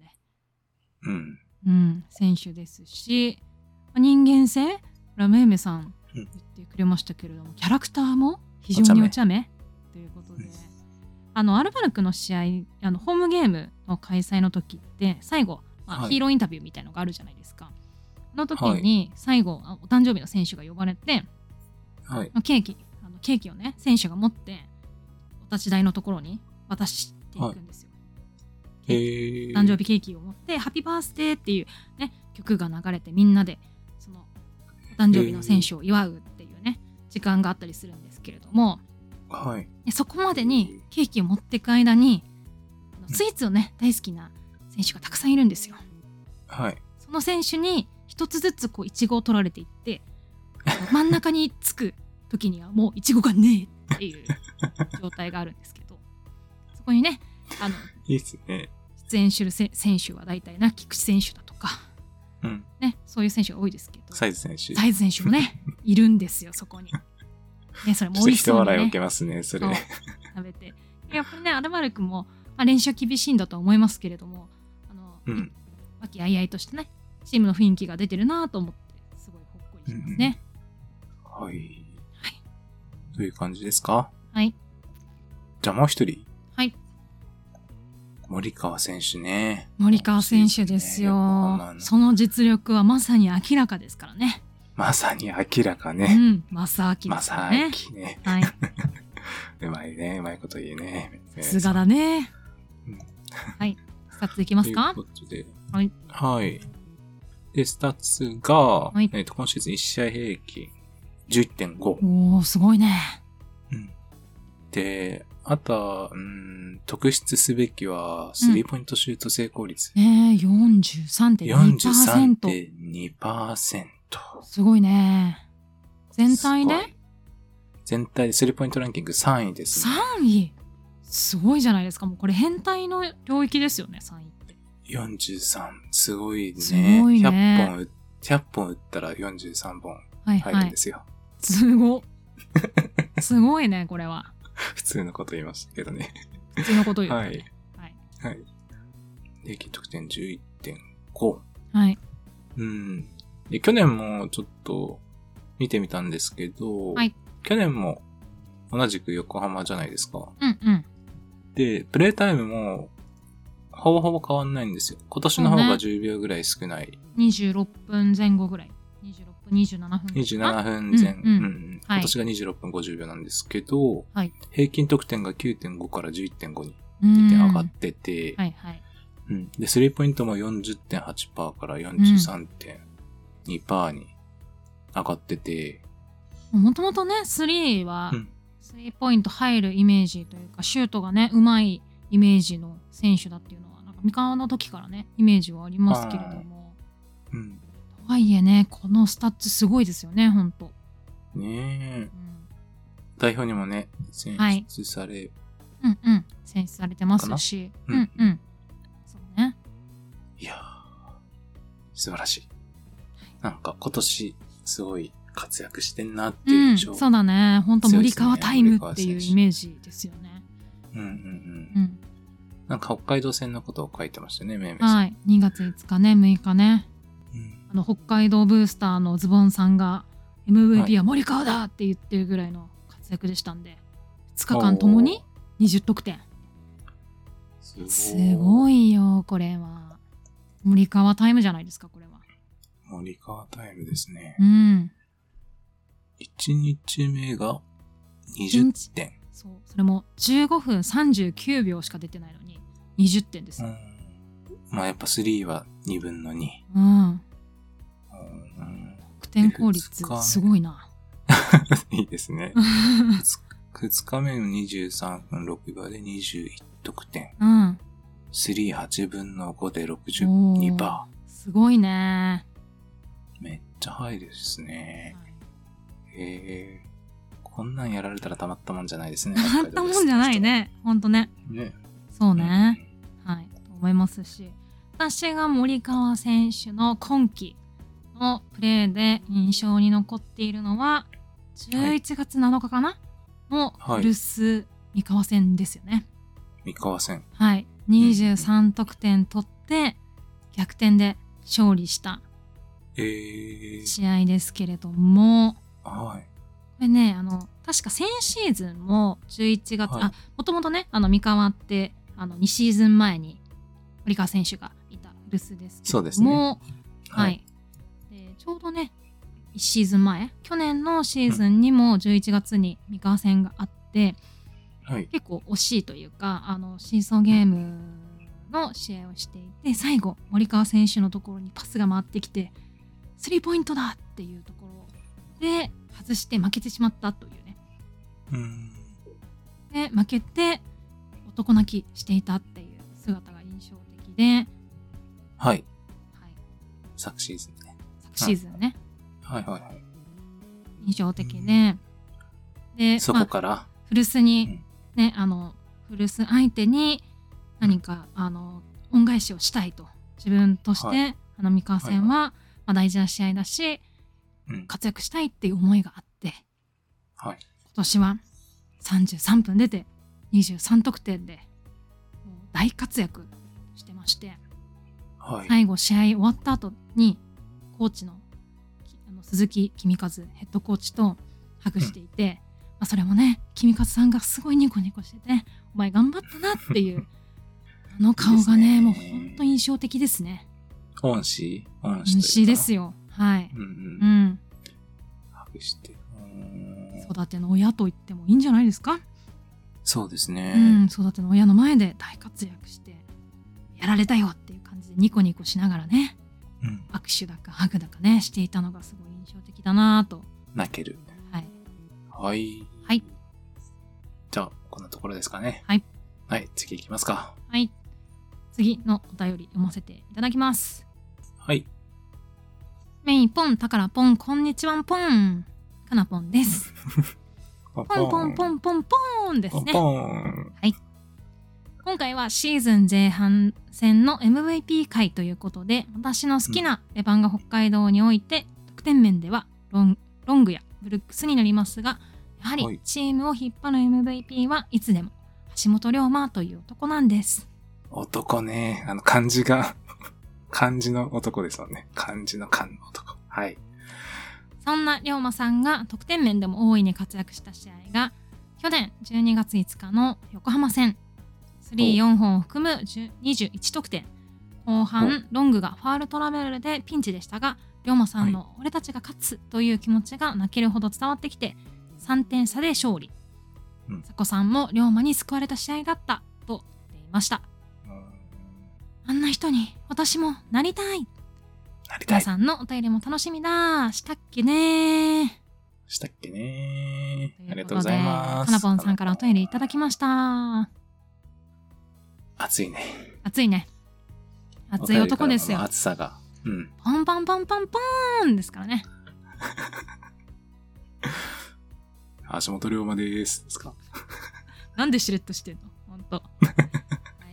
ね。選手ですし、人間性、ラムエメさん言ってくれましたけれども、キャラクターも非常にお茶目ということで、アルバルクの試合、ホームゲームの開催の時って最後、ヒーローインタビューみたいのがあるじゃないですか。その時に最後、お誕生日の選手が呼ばれて、ケーキをね、選手が持ってお立ち台のところに渡していくんですよ。誕生日ケーキを持ってハッピーバースデーっていう、ね、曲が流れて、みんなでそのお誕生日の選手を祝うっていうね、時間があったりするんですけれども、そこまでにケーキを持っていく間にスイーツをね、大好きな選手がたくさんいるんですよ。その選手に一つずつこうイチゴを取られていって真ん中につく時にはもうイチゴがねえっていう状態があるんですけど、そこにね、 いいっすね。 出演する選手は大体な菊池選手だとか、ね、そういう選手が多いですけど、 サイズ選手もねいるんですよ、そこに。ね、それも美味しそうにね。 一笑いを受けますね、それ。 食べて。やっぱりね、アルバルクも、練習は厳しいんだと思いますけれども、和気あいあいとしてね、チームの雰囲気が出てるなと思って、すごいほっこりしますね。 という感じですか？じゃあもう一人。森川選手ね。 森川選手ですよ。その実力はまさに明らかですからね。 まさに明らかね。 正明ですね。 うまいね。うまいこと言うね。 さすがだね。スタッツいきますか？ ということで。で、スタッツが、今シーズン1試合平均 11.5。 すごいね。 で、あとは、特筆すべきは、スリーポイントシュート成功率。 43.2%。 43.2%。 すごいね。全体で全体でスリーポイントランキング3位ですね。 3位すごいじゃないですか。もうこれ変態の領域ですよね、3位って。 43。すごいね。 すごいね。100本打ったら43本入るんですよ。はいはい、すごいね、これは。 普通のこと言いましたけどね。 普通のこと言ったね。 はい。はい。平均得点 11.5。 はい。 で、去年もちょっと見てみたんですけど、 はい。 去年も同じく横浜じゃないですか。 うんうん。 で、プレイタイムもほぼほぼ変わんないんですよ。今年の方が10秒ぐらい少ない。 26分前後ぐらい。26分、27分。 27分前。今年が26分50秒なんですけど、 はい、 平均得点が 9.5 から 11.5 に1点上がってて、 はいはい。 で、スリーポイントも 40.8% から 43.2% に上がってて、 もともとね、3は、スリーポイント入るイメージというか、シュートがね、うまいイメージの選手だっていうのは、なんか三河の時からね、イメージはありますけれども。とはいえね、このスタッツすごいですよね、ほんと。 ねえ。代表にもね、選出され、 選出されてますし。そうね。 いやー、素晴らしい。なんか今年、すごい活躍してんなっていう印象、 そうだね。ほんと森川タイムっていうイメージですよね。 なんか北海道戦のことを書いてましたね、めいめいさん。はい。2月5日ね、6日ね。北海道ブースターのズボンさんが MVP は森川だって言ってるぐらいの活躍でしたんで、2日間ともに20得点。すごいよ、これは。森川タイムじゃないですか、これは。 森川タイムですね。 1 日目が20点。 そう。それも15分39秒しか出てないのに20点です。 まあやっぱ3は2分の2。 得点効率すごいな。 いいですね。2日目の23分6秒で21得点。3、8分の5で 62%。 すごいね。 めっちゃハイですね。こんなんやられたらたまったもんじゃないですね。 たまったもんじゃないね。ほんとね。そうね。はい。と思いますし。私が森川選手の今季のプレーで印象に残っているのは、11月7日かなの古巣三河戦ですよね。 三河戦。 はい。23得点取って逆転で勝利した試合ですけれども、これね、確か先シーズンも11月、もともとね、三河って、2シーズン前に森川選手がいた古巣ですけれども、そうですね。はい。で、ちょうどね、1シーズン前、去年のシーズンにも11月に三河戦があって、結構惜しいというか、シーソーゲームの試合をしていて、最後、森川選手のところにパスが回ってきて、スリーポイントだっていうところで外して負けてしまったというね。で、負けて男泣きしていたっていう姿が印象的で。 はい。昨シーズンね。 昨シーズンね。印象的で。で、 そこから、 古巣に、ね、古巣相手に何か、恩返しをしたいと。自分として、三河戦は、大事な試合だし、活躍したいっていう思いがあって、今年は33分出て23得点でもう大活躍してまして、最後試合終わった後にコーチの鈴木公和ヘッドコーチとハグしていて、それもね、公和さんがすごいニコニコしてて、お前頑張ったなっていう顔がね、もう本当印象的ですね。 恩師ですよ。はい。 ハグして。 育ての親と言ってもいいんじゃないですか。 そうですね。 育ての親の前で大活躍して、やられたよっていう感じでニコニコしながらね、握手だかハグだかね、していたのがすごい印象的だなと。 泣ける。はい。じゃあ、こんなところですかね。はい、次行きますか。 次のお便り読ませていただきます。 はい。 メイポン、タカラポン、こんにちはんポン。かなポンです。ポンポンポンポンポンですね。はい。今回はシーズン前半戦の MVP 回ということで、私の好きなレバンガ北海道において、得点面ではロングやブルックスになりますが、やはりチームを引っ張る MVP はいつでも橋本龍馬という男なんです。 男ね。漢字が、漢字の男ですもんね。漢字の漢の男。はい。 そんな龍馬さんが得点面でも大いに活躍した試合が、去年12月5日の横浜戦、4本を含む21得点。後半、ロングがファールトラベルでピンチでしたが、龍馬さんの俺たちが勝つという気持ちが泣けるほど伝わってきて、3点差で勝利。佐古さんも龍馬に救われた試合だったと言っていました。あんな人に私もなりたい。皆さんのお便りも楽しみだ。したっけね。 したっけね。ありがとうございます。 かなぽんさんからお便りいただきました。 暑いね。 暑いね。暑い男ですよ。 暑さが。うん。 パンパンパンパンパーンですからね。 橋本龍馬です。ですか。 なんでしれっとしてんのほんと。はい。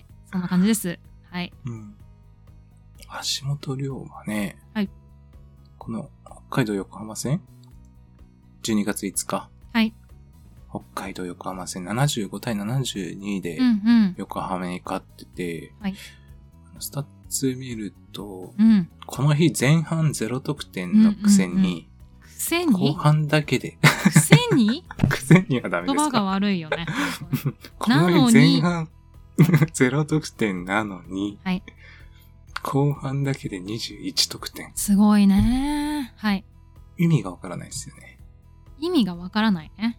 そんな感じです。はい。 うん。橋本龍馬ね。 はい。 この北海道横浜戦 ?12 月5日。 はい。 北海道横浜戦75対72で横浜に勝ってて、 はい。 スタッツ見ると、この日前半0得点のくせに、後半だけで。 くせにくせにはダメですか。 言葉が悪いよね。 この日前半0得点なのに、 はい。 後半だけで21得点。 すごいね。はい。 意味がわからないですよね。 意味がわからないね。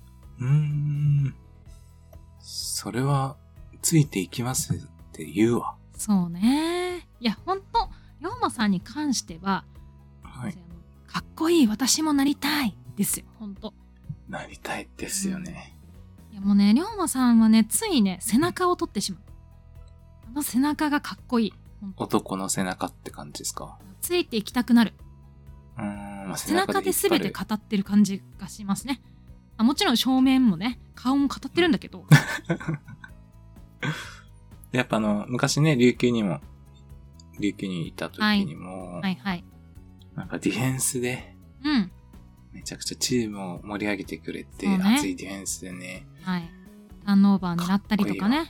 それは、ついていきますって言うわ。 そうね。いや、ほんと、龍馬さんに関しては、 はい。 かっこいい、私もなりたいですよ、ほんと。 なりたいですよね。 いやもうね、龍馬さんはね、ついね、背中を取ってしまう。あの背中がかっこいい。 男の背中って感じですか。 ついていきたくなる。背中で全て語ってる感じがしますね。もちろん正面もね、顔も語ってるんだけど。 やっぱ昔ね、琉球にいた時にも、 はいはい。 なんかディフェンスで、めちゃくちゃチームを盛り上げてくれて、熱いディフェンスでね。 はい。ターンオーバーになったりとかね。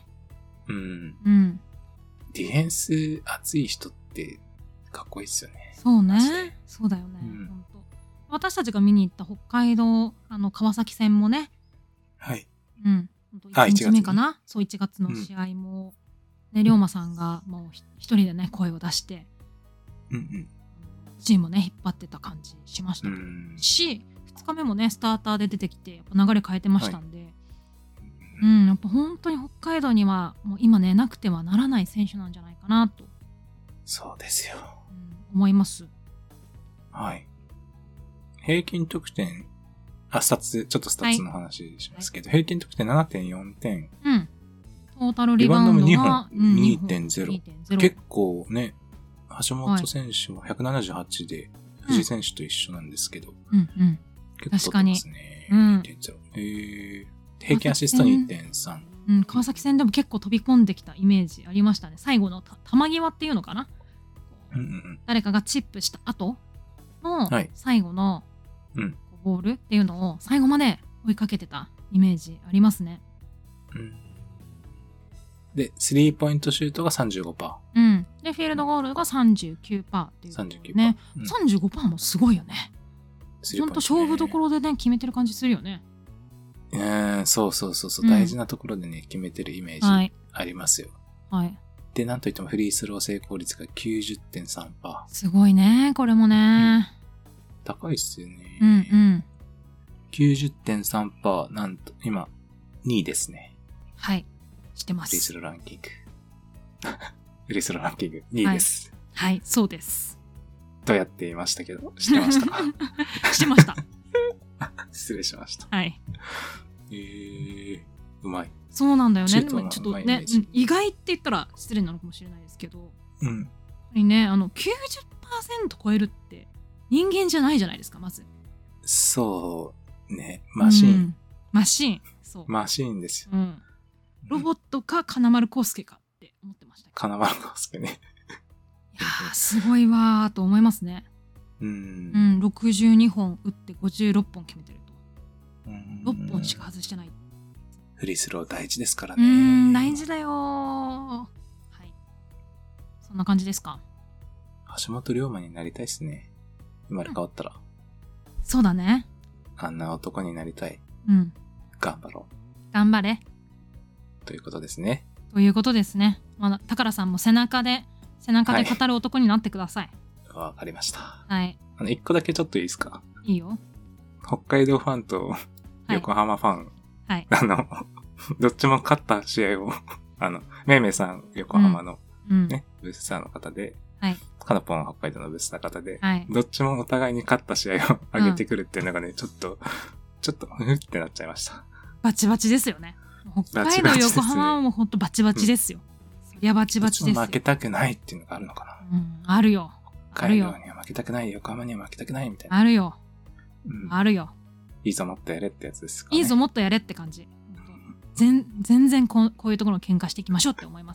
ディフェンス熱い人ってかっこいいっすよね。 そうね。そうだよね。本当。私たちが見に行った北海道、川崎戦もね。 はい。 1日目かな。そう、1月の試合も、ね、龍馬さんがもう一人でね、声を出して、チームをね、引っ張ってた感じしましたし、2日目もね、スターターで出てきて、やっぱ流れ変えてましたんで、やっぱ本当に北海道にはもう今ね、なくてはならない選手なんじゃないかなと。 そうですよ。 思います。 はい。平均得点、ちょっとスタッツの話しますけど、平均得点 7.4 点。 トータルリバウンドが 2本、2.0。結構ね、橋本選手も178で、藤井選手と一緒なんですけど、結構取ってますね。2.0。平均アシスト 2.3。 川崎戦でも結構飛び込んできたイメージありましたね。最後の球際っていうのかな。誰かがチップした後の最後のボールっていうのを最後まで追いかけてたイメージありますね。 で、スリーポイントシュートが 35%。 で、フィールドゴールが 39% っていうね。35% もすごいよね。ちゃんと勝負どころでね、決めてる感じするよね。 そう。大事なところでね、決めてるイメージありますよ。 はい。 で、なんといってもフリースロー成功率が 90.3%。 すごいね、これもね。 高いっすよね。90.3%、なんと、今、2位ですね。 はい。知ってます。 フリースローランキング。フリースローランキング2位です。 はい、そうです。 とやっていましたけど、知ってましたか？ 知ってました。 失礼しました。 はい。 うまい。 そうなんだよね。でもちょっとね、意外って言ったら失礼なのかもしれないですけど、やっぱりね、90% 超えるって人間じゃないじゃないですか、まず。 そうね。マシン。 マシン。そう。 マシンですよ。 うん。ロボットか金丸康介かって思ってましたけど。 金丸康介ね。 いやー、すごいわーと思いますね。62本打って56本決めてると。6本しか外してない。 フリースロー大事ですからね。 大事だよー。はい。そんな感じですか。 橋本龍馬になりたいっすね。生まれ変わったら。 そうだね。 あんな男になりたい。頑張ろう。 頑張れ。 ということですね。 ということですね。まだ、宝さんも背中で語る男になってください。 わかりました。 はい。 一個だけちょっといいですか？ いいよ。 北海道ファンと横浜ファン。 はい。 どっちも勝った試合を、めいめいさん、横浜のね、ブースターの方で、 はい。 かなぽん北海道のブースターの方で、 はい。 どっちもお互いに勝った試合を上げてくるっていうのがね、ちょっと、ふふってなっちゃいました。 バチバチですよね。北海道、横浜はもうほんとバチバチですよ。そりゃバチバチですよ。 負けたくないっていうのがあるのかな。あるよ。 北海道には負けたくない、横浜には負けたくないみたいな。 あるよ。あるよ。 いいぞもっとやれってやつですかね。 いいぞもっとやれって感じ。全然こういうところ喧嘩していきましょうって思います。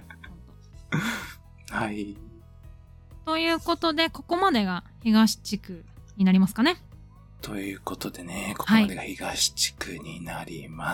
はい。 ということで、ここまでが東地区になりますかね。 ということでね、ここまでが東地区になります。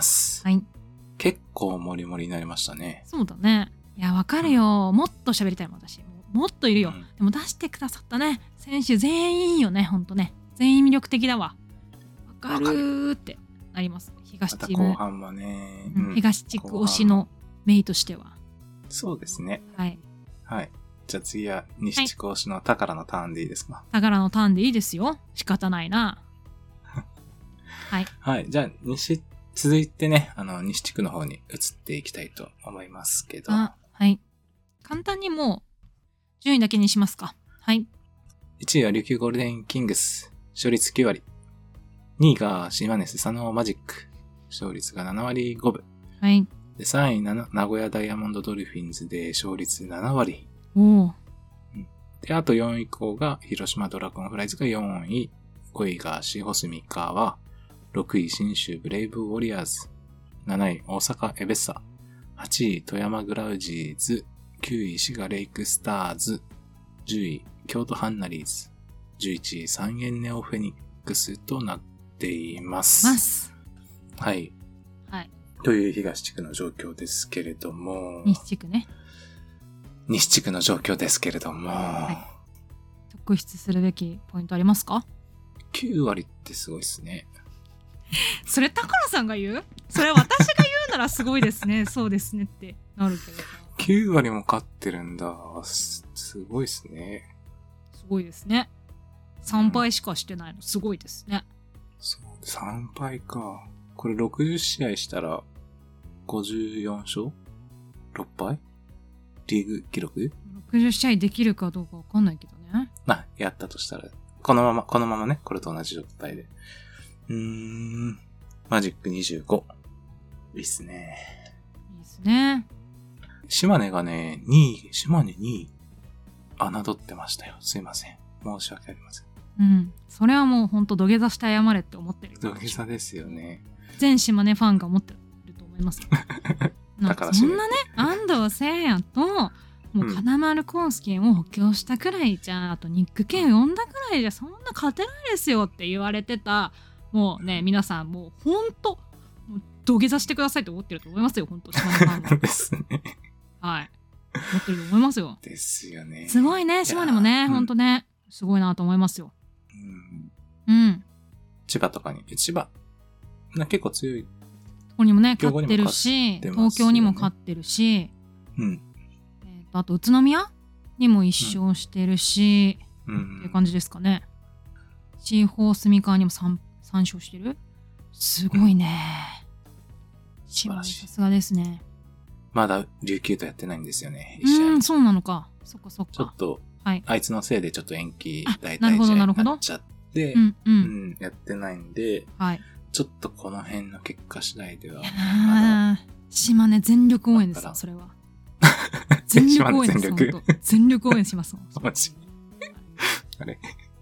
はい。 結構モリモリになりましたね。 そうだね。いや、わかるよ。もっと喋りたいもん、私。もっといるよ。でも出してくださったね、選手全員よね、ほんとね。全員魅力的だわ。わかるーってなります。東チーム。 また後半はね、 東地区推しのメイとしては。 そうですね。 はい。 はい。じゃあ次は西地区推しの宝のターンでいいですか？ 宝のターンでいいですよ。仕方ないな。はい。 はい。じゃあ続いてね、西地区の方に移っていきたいと思いますけど。 はい。簡単にもう、順位だけにしますか。はい。 1位は琉球ゴールデンキングス。勝率9割。2位が島根スサノーマジック。勝率が7割5分。 はい。 で、3位名古屋ダイヤモンドドルフィンズで勝率7割。 おー。 で、あと4位以降が広島ドラゴンフライズが4位。5位がシーホス三河。6位新州ブレイブウォリアーズ。7位大阪エベッサ。8位富山グラウジーズ。9位滋賀レイクスターズ。10位京都ハンナリーズ。11位三円ネオフェニックスとなっています。はい。 はい。 という東地区の状況ですけれども。 西地区ね。 西地区の状況ですけれども。はい、 特筆するべきポイントありますか？ 9 割ってすごいですね。 それ宝さんが言う？それ私が言うならすごいですね。そうですねってなるけど。 9割も勝ってるんだ。すごいですね。 すごいですね。3敗しかしてないのすごいですね。 そう、3敗か。これ60試合したら54勝 ?6 敗リーグ記録 ?60 試合できるかどうかわかんないけどね。 やったとしたら、このままね、これと同じ状態で。マジック25。いいっすね。 いいっすね。 島根がね、島根2位、侮ってましたよ。すいません。申し訳ありません。 それはもうほんと土下座して謝れって思ってる。 土下座ですよね。 全島根ファンが思ってると思います。だからそんなね、安藤聖也と、もう金丸康介を補強したくらいじゃ、あとニック・ケン呼んだくらいじゃ、そんな勝てないですよって言われてた、もうね、皆さんもうほんと、土下座してくださいと思ってると思いますよ、ほんと、島根ファンは。 ですね。 はい。思ってると思いますよ。 ですよね。 すごいね、島根もね、ほんとね、すごいなと思いますよ。 千葉とかに、千葉、結構強い。 ここにもね、勝ってるし、東京にも勝ってるし、あと宇都宮にも1勝してるし、っていう感じですかね。シーホース三河にも 3勝してる。すごいね。島根さすがですね。 まだ琉球とやってないんですよね。 そうなのか。そっかそっか。 ちょっと、あいつのせいでちょっと延期大体試合になっちゃって、やってないんで、ちょっとこの辺の結果次第では。 島根全力応援ですよ、それは。全力応援です。全力応援しますもん。 マジあれ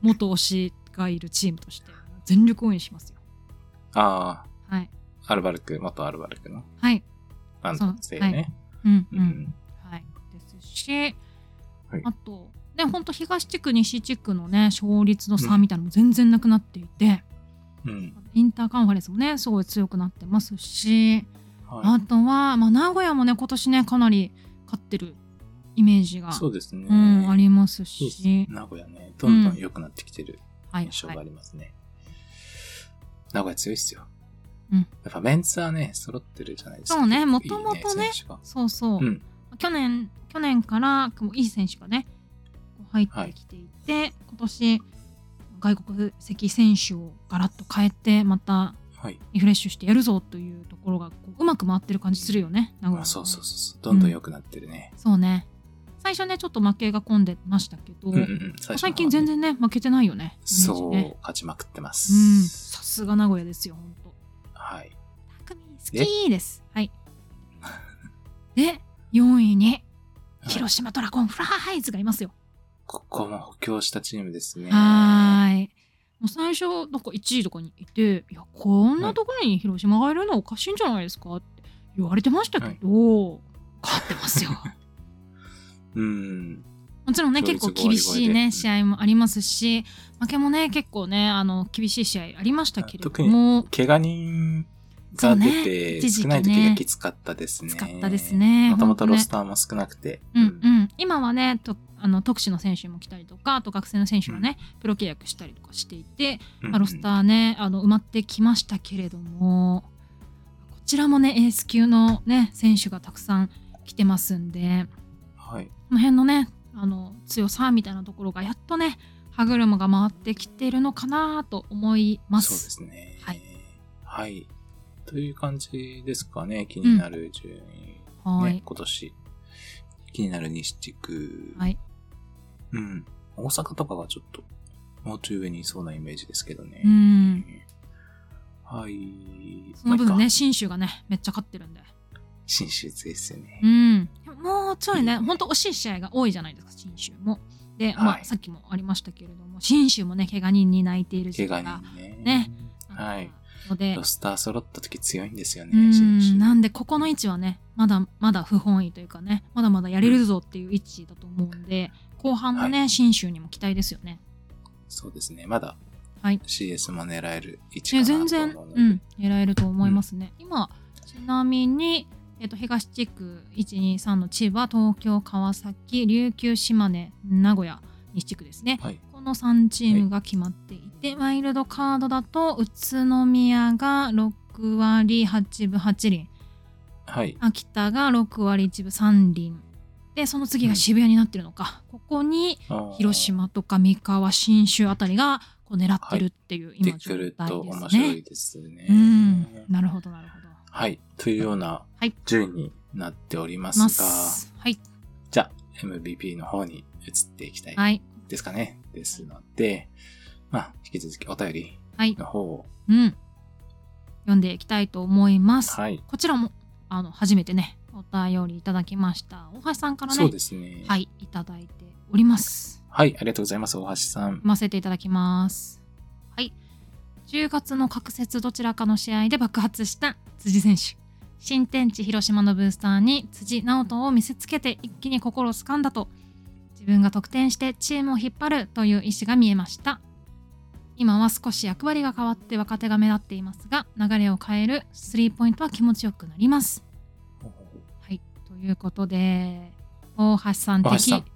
元推しがいるチームとして全力応援しますよ。 ああ。 はい。 元アルバルクの。 はい。 安藤生ね。はい、 うんうん。はい。ですし、はい、あと、ね、ほんと東地区、西地区のね、勝率の差みたいなのも全然なくなっていて、うん、インターカンファレンスもね、すごい強くなってますし、はい、あとは、まあ、名古屋もね、今年ね、かなり勝ってるイメージが、 そうですね。 ありますし。 名古屋ね、どんどん良くなってきてる印象がありますね。名古屋強いっすよ。やっぱメンツはね、揃ってるじゃないですか。 そうね、もともとね、そうそう。去年からいい選手がね、入ってきていて、今年外国籍選手をガラッと変えて、またリフレッシュしてやるぞというところがうまく回ってる感じするよね、名古屋はね。そう。 どんどん良くなってるね。 そうね。最初ね、ちょっと負けが込んでましたけど、最近全然ね、負けてないよね。 そう、勝ちまくってます。 さすが名古屋ですよ、ほんと。 はい。 好きです。はい。で、4位に、広島ドラゴンフライズがいますよ。 ここも補強したチームですね。 はい。もう最初、なんか1位とかにいて、いや、こんなところに広島がいるのおかしいんじゃないですかって言われてましたけど、勝ってますよ。もちろんね、結構厳しいね、試合もありますし、負けもね、結構ね、厳しい試合ありましたけれども。特に、怪我人が出て、少ない時がきつかったですね。 きつかったですね。 もともとロスターも少なくて。 今はね、特殊の選手も来たりとか、あと学生の選手がね、プロ契約したりとかしていて、ロスターね、埋まってきましたけれども、こちらもね、エース級のね、選手がたくさん来てますんで、この辺のね、強さみたいなところがやっとね、歯車が回ってきてるのかなと思います。 そうですね。はい。という感じですかね、気になる順位。今年。気になる西地区。大阪とかがちょっと、もうちょい上にいそうなイメージですけどね。はい。 その分ね、信州がね、めっちゃ勝ってるんで。 信州強いですよね。 もうちょいね、ほんと惜しい試合が多いじゃないですか、信州も。で、さっきもありましたけれども、信州もね、怪我人に泣いている時期がね。 ので、ロスター揃った時強いんですよね。 なんで、ここの位置はね、まだまだ不本意というかね、まだまだやれるぞっていう位置だと思うんで、後半のね、信州にも期待ですよね。 そうですね、まだ CS も狙える位置かなと思うので。 全然、狙えると思いますね。今、ちなみに、東地区1、2、3の千葉、東京、川崎、琉球、島根、名古屋、西地区ですね。この3チームが決まっていて、ワイルドカードだと宇都宮が6割8分8厘、秋田が6割1分3厘で、その次が渋谷になってるのか、ここに広島とか三河、信州あたりがこう狙ってるっていう今状態ですね。 でくると面白いですね。 なるほどなるほど。 はい、というような順位になっておりますが、じゃあ MVP の方に移っていきたいですかね。ですので、引き続きお便りの方を、 読んでいきたいと思います。こちらも初めてね、お便りいただきました大橋さんからね、 そうですね。 いただいております。 はい、ありがとうございます。大橋さん。 読ませていただきます。10月の各節どちらかの試合で爆発した辻選手。新天地広島のブースターに辻直人を見せつけて一気に心を掴んだと、自分が得点してチームを引っ張るという意思が見えました。今は少し役割が変わって若手が目立っていますが、流れを変えるスリーポイントは気持ちよくなります。ということで、大橋さん的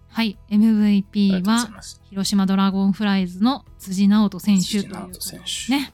MVP は広島ドラゴンフライズの辻直人選手ということですね。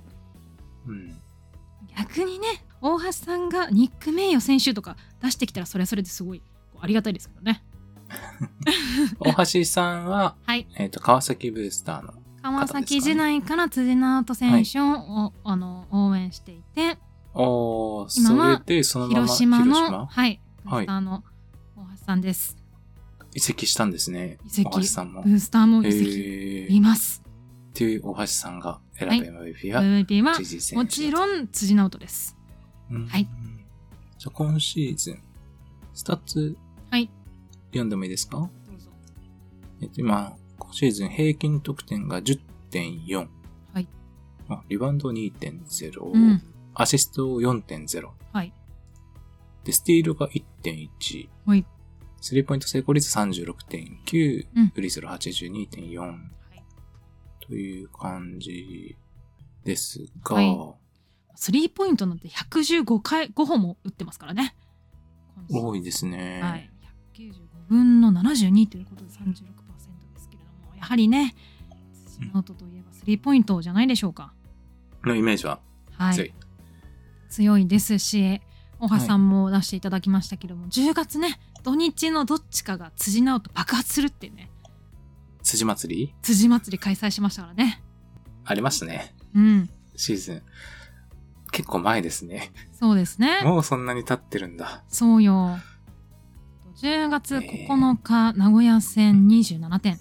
逆にね、大橋さんがニック名誉選手とか出してきたらそれはそれですごいありがたいですけどね。 大橋さんは、川崎ブースターの、 川崎時代から辻直人選手を、応援していて、今は広島のブースターの大橋さんです。 移籍したんですね。大橋さんも。 ブースターも移籍います。 っていう大橋さんが選ぶ MVP は、 MVP はもちろん辻直人です。 じゃあ今シーズン、スタッツ、読んでもいいですか？どうぞ。今シーズン平均得点が 10.4 6.4、 はい、 リバウンド 2.0、 うん、 アシスト 4.0、 はい、 で、スティールが 1.1、 はい、 スリーポイント成功率 36.9、 うん、 フリースロー 82.4、 はい、 という感じですが、 はい、スリーポイントなんて115本も打ってますからね。 多いですね。 はい、195分の72ということで 36% ですけれども、やはりね、辻直人といえばスリーポイントじゃないでしょうか。 のイメージは強い。 はい、強いですし、大橋さんも出していただきましたけども、10月ね、土日のどっちかが辻直人爆発するっていうね、 辻祭り開催しましたからね。 ありましたね。 うん。 シーズン。結構前ですね。 そうですね。 もうそんなに経ってるんだ。 そうよ。10月9日、名古屋戦27点。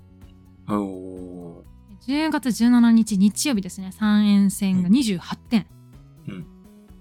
おー。 10月17日日曜日ですね、3円戦が28点。 うん。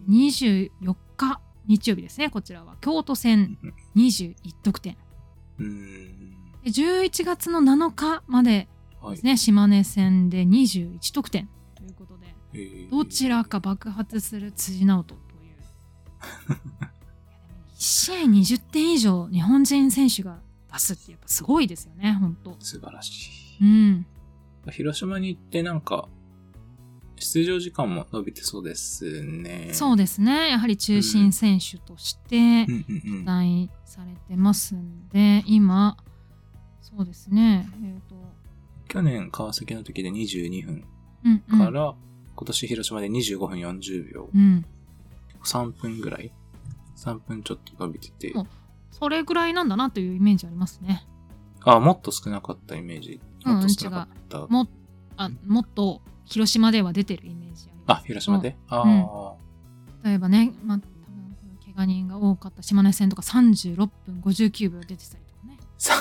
24日日曜日ですね、こちらは京都戦21得点。で11月の7日までですね、島根戦で21得点ということで、どちらか爆発する辻直人という1試合20点以上日本人選手が出すってやっぱすごいですよね、本当。 素晴らしい。うん。 広島に行ってなんか出場時間も伸びてそうですね。 そうですね。やはり中心選手として期待されてますんで、今、そうですね。 去年川崎の時で22分から、今年広島で25分40秒。3分ぐらい ?3 分ちょっと伸びてて。 それぐらいなんだなというイメージありますね。 もっと少なかったイメージ。もっと少なかった。 もっと広島では出てるイメージあります。 広島で例えばね、多分怪我人が多かった島根戦とか36分59秒出てたりとかね。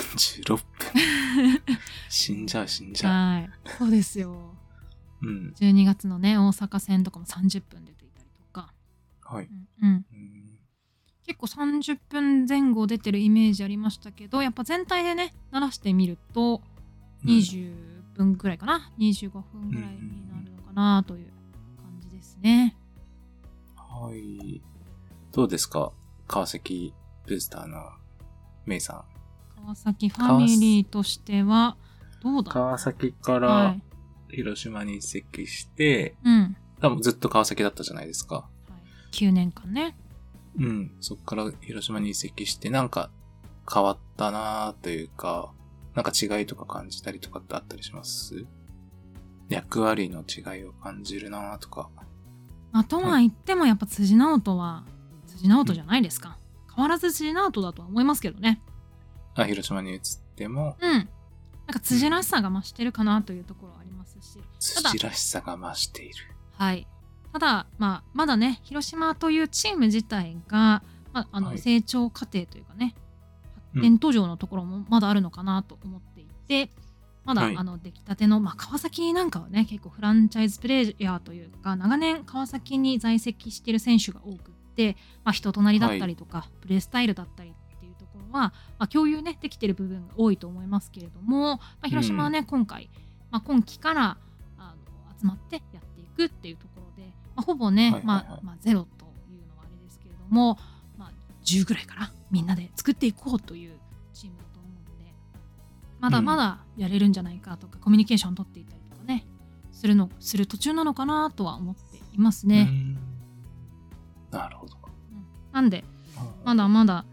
36分死んじゃう。 はい。そうですよ。 うん。 12月のね、大阪戦とかも30分出ていたりとか。 はい。 結構30分前後出てるイメージありましたけど、やっぱ全体でね、鳴らしてみると、20分ぐらいかな、25分ぐらいになるのかなという感じですね。 はい。どうですか、川崎ブースターのメイさん。 川崎ファミリーとしてはどうだ。 川崎から広島に移籍して、多分ずっと川崎だったじゃないですか。 9年間ね。 そっから広島に移籍してなんか変わったなというか、なんか違いとか感じたりとかってあったりします？役割の違いを感じるなとか。 とは言ってもやっぱ辻直人は辻直人じゃないですか。変わらず辻直人だとは思いますけどね。 広島に移っても。 なんか辻らしさが増してるかなというところはありますし。 辻らしさが増している。 はい。ただ、まだね、広島というチーム自体が、成長過程というかね、発展途上のところもまだあるのかなと思っていて、まだ、出来たての、川崎なんかはね、結構フランチャイズプレイヤーというか、長年川崎に在籍している選手が多くって、人となりだったりとか、プレースタイルだったりっていうところは、共有ね、できている部分が多いと思いますけれども、広島はね、今回、今期から集まってやっていくっていうところで、ほぼね、ゼロというのはあれですけれども、10ぐらいからみんなで作っていこうというチームだと思うので、まだまだやれるんじゃないかとか、コミュニケーション取っていったりとかね、する途中なのかなとは思っていますね。 なるほど。 なんで、まだまだ、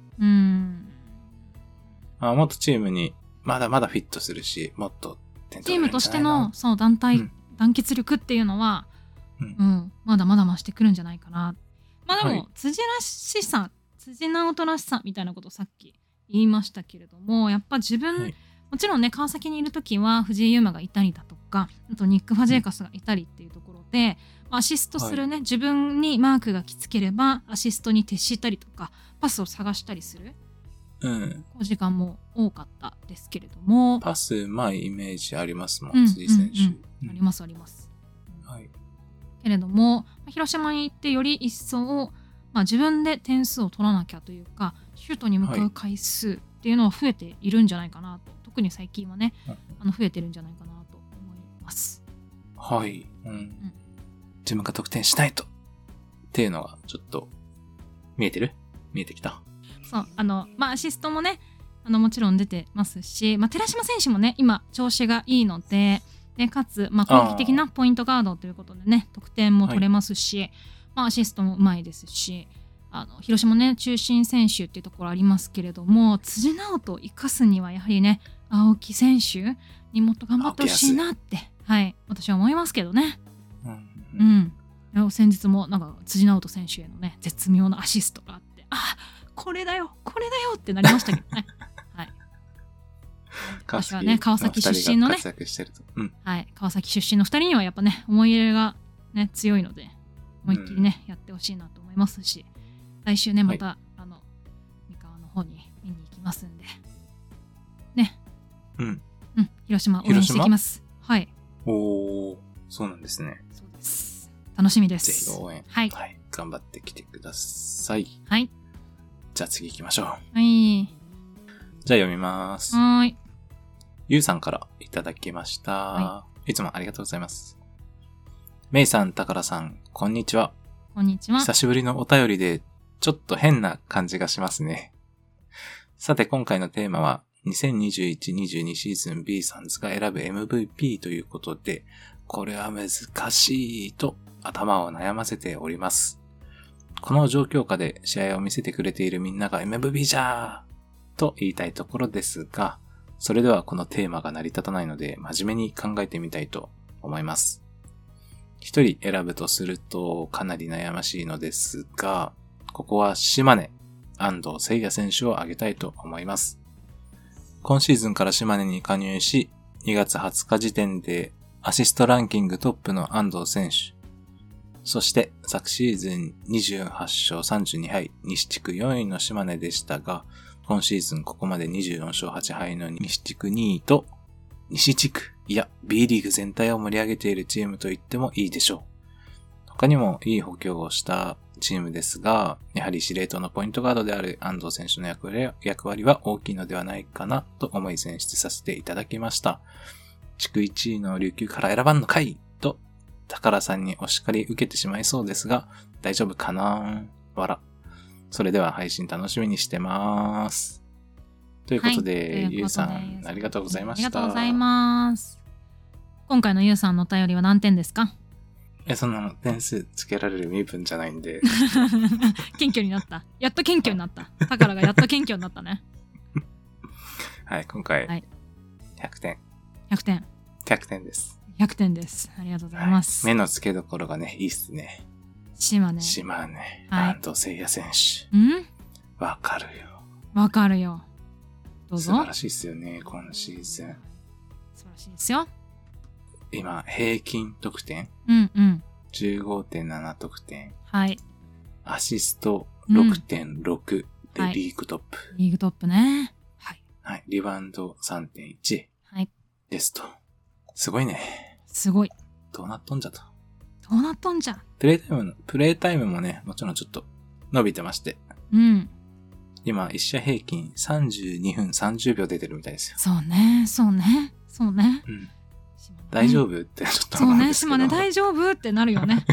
もっとチームにまだまだフィットするし、もっとチームとしてのそう団結力っていうのは、まだまだ増してくるんじゃないかな。でも、辻らしさ、辻直人らしさみたいなことをさっき言いましたけれども、やっぱ自分、もちろんね、川崎にいるときは藤井祐馬がいたりだとか、あとニック・ファジェーカスがいたりっていうところで、アシストするね、自分にマークがきつければアシストに徹したりとか、パスを探したりする、時間も多かったですけれども、 パスうまいイメージありますもん、辻選手。 あります。けれども、広島に行ってより一層、自分で点数を取らなきゃというか、シュートに向かう回数っていうのは増えているんじゃないかなと、特に最近はね、増えてるんじゃないかなと思います。 はい。自分が得点しないとっていうのがちょっと見えてきた。 そう、アシストもね、もちろん出てますし、寺島選手もね、今調子がいいので、かつ、攻撃的なポイントガードということでね、得点も取れますし、アシストもうまいですし、広島ね、中心選手っていうところありますけれども、辻直人を生かすにはやはりね、青木選手にもっと頑張ってほしいなって、はい、私は思いますけどね。先日もなんか辻直人選手へのね、絶妙なアシストがあって、これだよってなりましたけどね。はい。私はね、川崎出身のね、はい、川崎出身の2人にはやっぱね、思い入れがね、強いので、思いっきりね、やってほしいなと思いますし、来週ね、また、三河の方に見に行きますんで、ね。広島応援してきます。はい。 そうなんですね。 そうです。楽しみです。 ぜひ応援。 はい。 頑張ってきてください。 はい。 じゃあ次行きましょう。 はい。 じゃあ読みます。 はい。 ゆうさんからいただきました。いつもありがとうございます。めいさん、たからさん、こんにちは。 こんにちは。 久しぶりのお便りで、ちょっと変な感じがしますね。さて、今回のテーマは、2021-22シーズン B サンズが選ぶ MVP ということで、これは難しいと頭を悩ませております。この状況下で試合を見せてくれているみんなが MVP じゃーと言いたいところですが、それではこのテーマが成り立たないので真面目に考えてみたいと思います。一人選ぶとするとかなり悩ましいのですが、ここは島根、安藤聖也選手を挙げたいと思います。今シーズンから島根に加入し、2月20日時点でアシストランキングトップの安藤選手、そして昨シーズン28勝32敗、西地区4位の島根でしたが、今シーズンここまで24勝8敗の西地区2位と、西地区、いや B リーグ全体を盛り上げているチームと言ってもいいでしょう。他にもいい補強をしたチームですが、やはり司令塔のポイントガードである安藤選手の役割は大きいのではないかなと思い選出させていただきました。地区1位の琉球から選ばんのかいと、宝さんにお叱り受けてしまいそうですが、大丈夫かなわら。それでは配信楽しみにしてます。ということで、ゆうさん、ありがとうございました。 ありがとうございます。今回のゆうさんのお便りは何点ですか？ その点数つけられる身分じゃないんで。 謙虚になった。やっと謙虚になった。宝がやっと謙虚になったね。 はい、今回、100点。 100点。 100点です。 100点です。ありがとうございます。 目の付けどころがね、いいっすね。 島根。 安藤聖也選手。わかるよ。 わかるよ。どうぞ。 素晴らしいっすよね、今シーズン。 素晴らしいですよ。 今、平均得点、15.7 得点。 はい。 アシスト 6.6 でリーグトップ。 リーグトップね。はい。 はい。リバウンド 3.1。 はい。 ですと。すごいね。 すごい。 どうなっとんじゃと。 どうなっとんじゃ。 プレイタイムもね、もちろんちょっと伸びてまして。今、1試合平均32分30秒出てるみたいですよ。 そうね。 大丈夫ってちょっと思うんですけど。 そうね、島根大丈夫ってなるよね。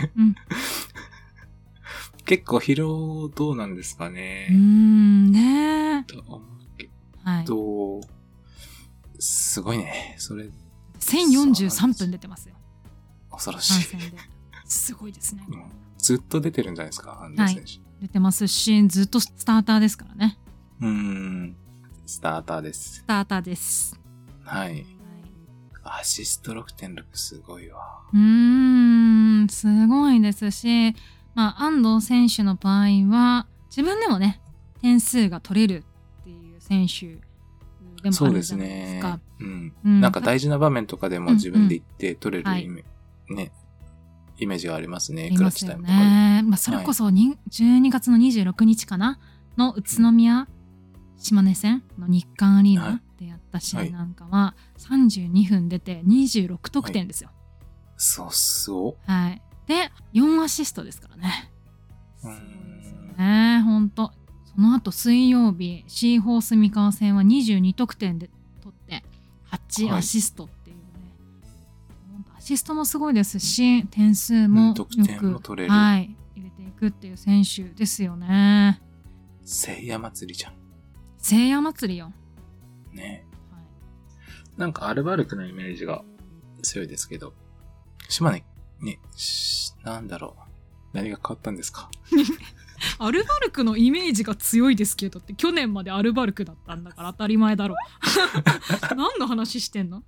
結構疲労どうなんですかね。 ねと思うけど、すごいね。それ。 1043分出てますよ。 恐ろしい。 すごいですね。 ずっと出てるんじゃないですか、安藤選手。 出てますし、ずっとスターターですからね。 スターターです。 スターターです。 はい。アシスト 6.6 すごいわ。 すごいですし、安藤選手の場合は自分でもね、点数が取れるっていう選手でもあるじゃないですか。そうですね。 なんか大事な場面とかでも自分で行って取れるイメージがありますね。クラッチタイムとかで。 それこそ12月の26日かなの宇都宮島根戦の日韓アリーナでやった試合なんかは32分出て26得点ですよ。 そう。 はい。で、4アシストですからね。そうですね。ほんと。その後水曜日、シーホース三河戦は22得点で取って8アシストっていうね。アシストもすごいですし、点数もよく、 得点も取れる、 はい、入れていくっていう選手ですよね。 聖夜祭りじゃん。 聖夜祭りよ。 ね、 はい、 なんかアルバルクのイメージが強いですけど、島根ね、なんだろう。何が変わったんですか？ アルバルクのイメージが強いですけどって去年までアルバルクだったんだから当たり前だろ。何の話してんの？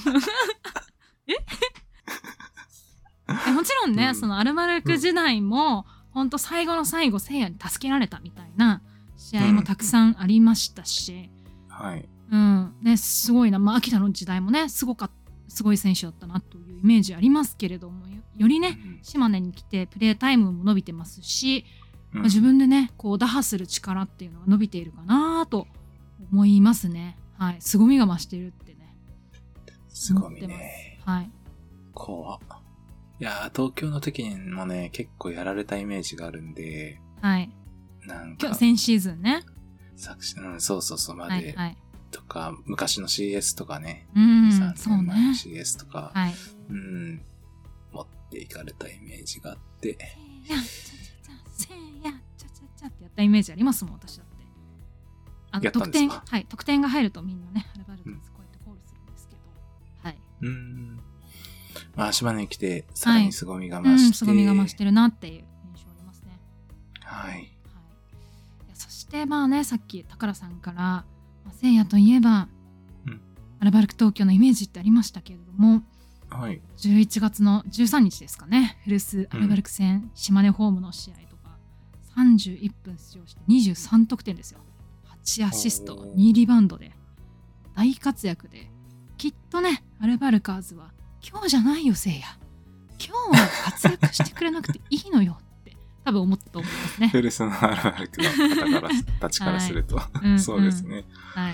もちろんね、そのアルバルク時代も、ほんと最後の最後聖夜に助けられたみたいな試合もたくさんありましたし、 はい、 ね、すごいな、秋田の時代もねすごい選手だったなというイメージありますけれども、よりね、島根に来てプレータイムも伸びてますし、自分でねこう打破する力っていうのが伸びているかなと思いますね。はい、凄みが増しているってね。 凄みね。 はい。 怖っ。いや東京の時にもね結構やられたイメージがあるんで、 はい。 なんか先シーズンね。 そうまで、はいはい、とか昔の CS とかね、 そうね。 CS とか、 はい、 持っていかれたイメージがあって。 せいやちゃちゃちゃってやったイメージありますもん、私だって。 やったんですか？ はい、得点が入るとみんなねアルバルクこうやってコールするんですけど、はい。 まあ島根に来てさらに凄みが増して、 凄みが増してるなっていう印象ありますね。 はい。はい、 そしてまあね、さっき宝さんからせいやといえば、アルバルク東京のイメージってありましたけれども、 はい、 11月の13日ですかね、古巣アルバルク戦、島根ホームの試合とか31分出場して23得点ですよ。8アシスト2リバウンドで大活躍で、きっとねアルバルカーズは今日じゃないよせいや、今日は活躍してくれなくていいのよって多分思ったと思いますね。 古巣のアルバルクの方たちからすると、はい、そうですね、 はい、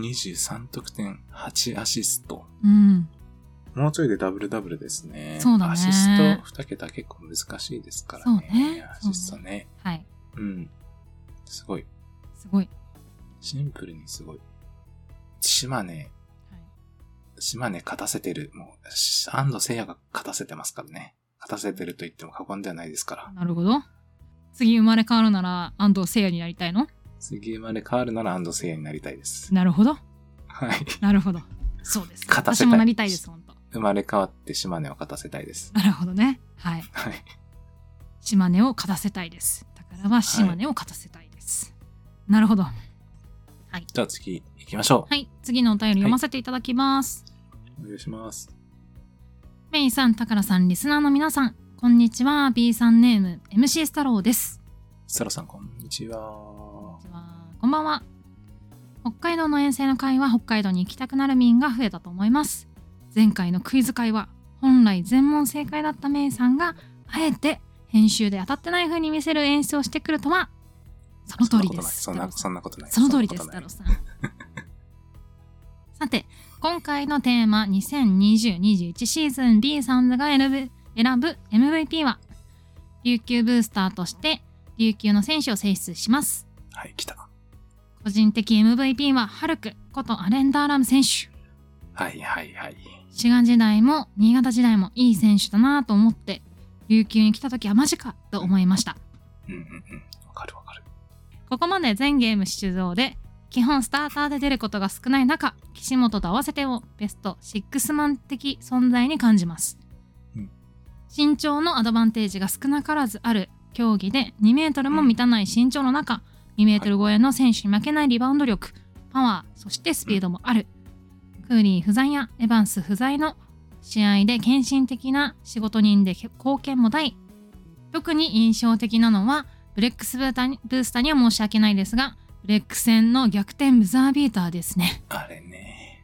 23得点8アシスト、もうちょいでダブルダブルですね。 そうだね。 アシスト2桁結構難しいですからね。 そうね。 アシストね。 はい。 すごい。 すごい。 シンプルにすごい。島根勝たせてる。もう、安藤聖也が勝たせてますからね。勝たせてると言っても過言ではないですから。 なるほど。次生まれ変わるなら安藤聖也になりたいの？ 次生まれ変わるなら安藤聖也になりたいです。 なるほど。 はい。 なるほど。そうです。 勝たせたい。 私もなりたいです、本当。 生まれ変わって島根を勝たせたいです。 なるほどね。はい。 はい。 島根を勝たせたいです。だからは島根を勝たせたいです。はい、なるほど。はい。 じゃあ次行きましょう。 はい。次のお便り読ませていただきます。 はい、お願いします。 メイさん、タカラさん、リスナーの皆さん、こんにちは。B さんネーム MC スタローです。 スタローさん、こんにちは。 こんばんは。北海道の遠征の会は北海道に行きたくなる民が増えたと思います。前回のクイズ会は本来全問正解だったメイさんがあえて編集で当たってない風に見せる演出をしてくるとは、その通りです。 そんなことない。 その通りです、太郎さん。さて、今回のテーマ 2020-21 シーズン B さんが選ぶ MVP は琉球ブースターとして琉球の選手を選出します。 はい、来た。 個人的 MVP はハルクことアレンダーラム選手。 はいはいはい。 滋賀時代も新潟時代もいい選手だなと思って琉球に来た時はマジかと思いました。 わかる。 ここまで全ゲーム出場で基本スターターで出ることが少ない中、岸本と合わせてをベスト6マン的存在に感じます。身長のアドバンテージが少なからずある競技で2メートルも満たない身長の中、2メートル超えの選手に負けないリバウンド力、パワー、そしてスピードもある。クーリー不在やエヴァンス不在の試合で献身的な仕事人で貢献も大。特に印象的なのはブレックスブースターには申し訳ないですが、ブレック戦の逆転ブザービーターですね。 あれね。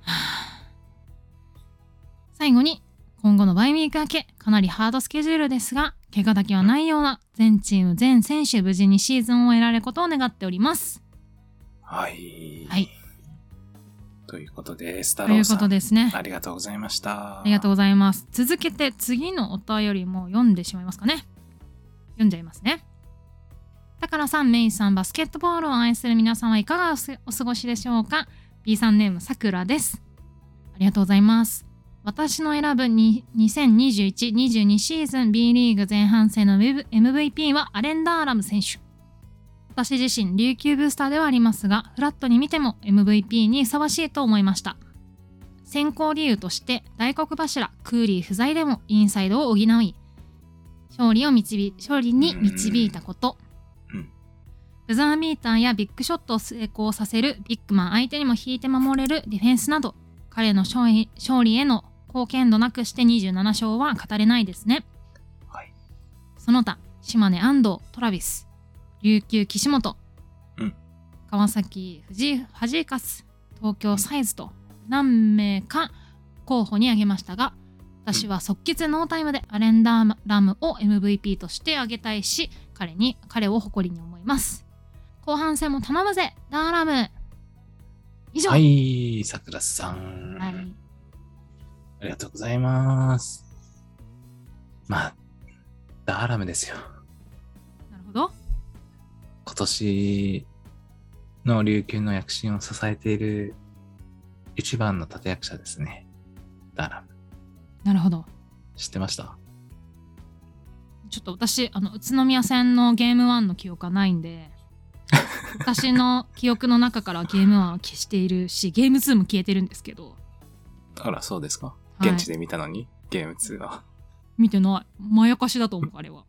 最後に今後のバイウィーク明け、かなりハードスケジュールですが、怪我だけはないような全チーム全選手無事にシーズンを終えられることを願っております。 はい。ということで、スタローさん。ということですね。 ありがとうございました。 ありがとうございます。続けて次のお便りも読んでしまいますかね。読んじゃいますね。だからさん、メイさん、バスケットボールを愛する皆さんはいかがお過ごしでしょうか。 B さんネームさくらです。ありがとうございます。 私の選ぶ2021-22シーズン B リーグ前半戦の MVP はアレン・ダーラム選手。私自身琉球ブースターではありますが、フラットに見ても MVP にふさわしいと思いました。選考理由として大黒柱クーリー不在でもインサイドを補い勝利に導いたこと、ブザービーターやビッグショットを成功させるビッグマン相手にも引いて守れるディフェンスなど、彼の勝利への貢献度なくして27勝は語れないですね。 はい、 その他島根安藤、トラビス、琉球岸本、川崎ファジーカス、東京サイズと何名か候補に挙げましたが、私は即決ノータイムでアレンダーラムを MVP として挙げたいし、彼を誇りに思います。後半戦も頼むぜダーラム。以上。 はい、桜さん、 はい、 ありがとうございます。まあダーラムですよ。 なるほど。 今年の琉球の躍進を支えている一番の立役者ですね、ダーラム。 なるほど。 知ってました？ ちょっと私宇都宮戦のゲーム1の記憶がないんで私の記憶の中からゲーム1は消しているし、ゲーム2も消えてるんですけど。 あら、そうですか？ はい、 現地で見たのにゲーム2は見てない。まやかしだと思うあれは。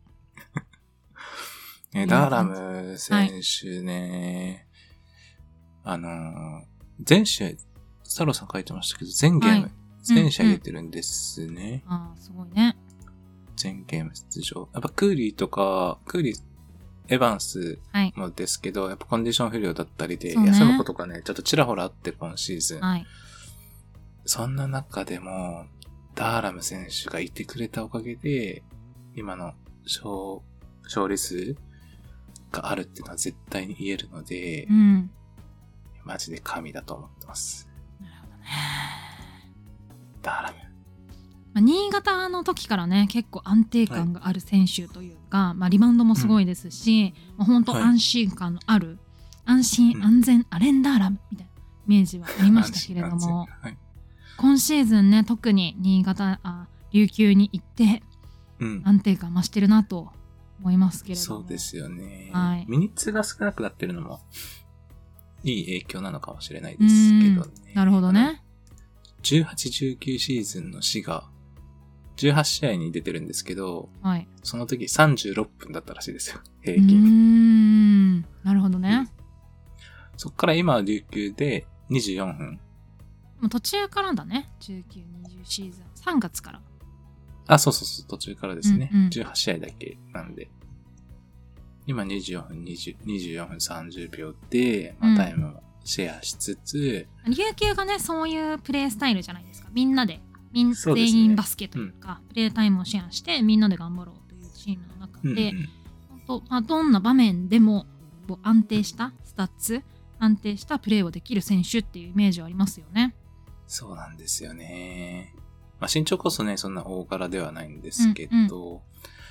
ダーラム選手ね、はい、前試合サロさん書いてましたけど、全ゲーム、全試合出てるんですね。 ああ、すごいね。 全ゲーム出場。やっぱクーリー、エヴァンスもですけど、やっぱコンディション不良だったりで、休むことがね、ちょっとちらほらあって今シーズン。 はい、 そんな中でも、ダーラム選手がいてくれたおかげで、今の勝利数があるっていうのは絶対に言えるので、マジで神だと思ってます。 なるほどね。 ダーラム。 新潟の時からね、結構安定感がある選手というか、リバウンドもすごいですし、本当安心感のある、安心安全アレンダーラムみたいなイメージはありましたけれども、今シーズンね、特に琉球に行って安定感増してるなと思いますけれども。 そうですよね。 はい、 ミニッツが少なくなってるのもいい影響なのかもしれないですけどね。 なるほどね。 18、19シーズンの滋賀18試合に出てるんですけど、 はい、 その時36分だったらしいですよ、平均。 なるほどね。 そっから今は琉球で24分。 もう途中からだね、19、20シーズン。3月から。 あ、そう、途中からですね。18試合だけなんで。今24分30秒で、タイムをシェアしつつ。 琉球がね、そういうプレースタイルじゃないですか。みんなで。全員バスケというか、プレータイムをシェアしてみんなで頑張ろうというチームの中で、どんな場面でも安定したスタッツ、安定したプレーをできる選手っていうイメージはありますよね。 そうなんですよね。身長こそね、そんな大柄ではないんですけど、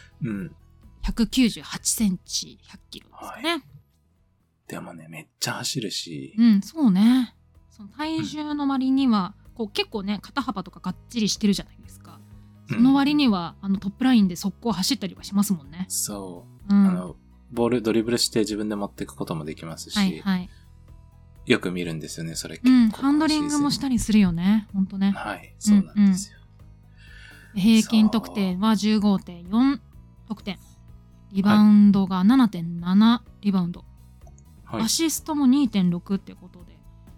198センチ、100キロですかね。はい、 でもね、めっちゃ走るし。 そうね。その体重の割には、結構ね、肩幅とかがっちりしてるじゃないですか。その割には、トップラインで速攻走ったりはしますもんね。 そう。ボールドリブルして自分で持っていくこともできますし、よく見るんですよね、それ結構。 ハンドリングもしたりするよね、ほんとね。 はい、そうなんですよ。 平均得点は 15.4 得点。リバウンドが 7.7 リバウンド。アシストも 2.6 ってことで。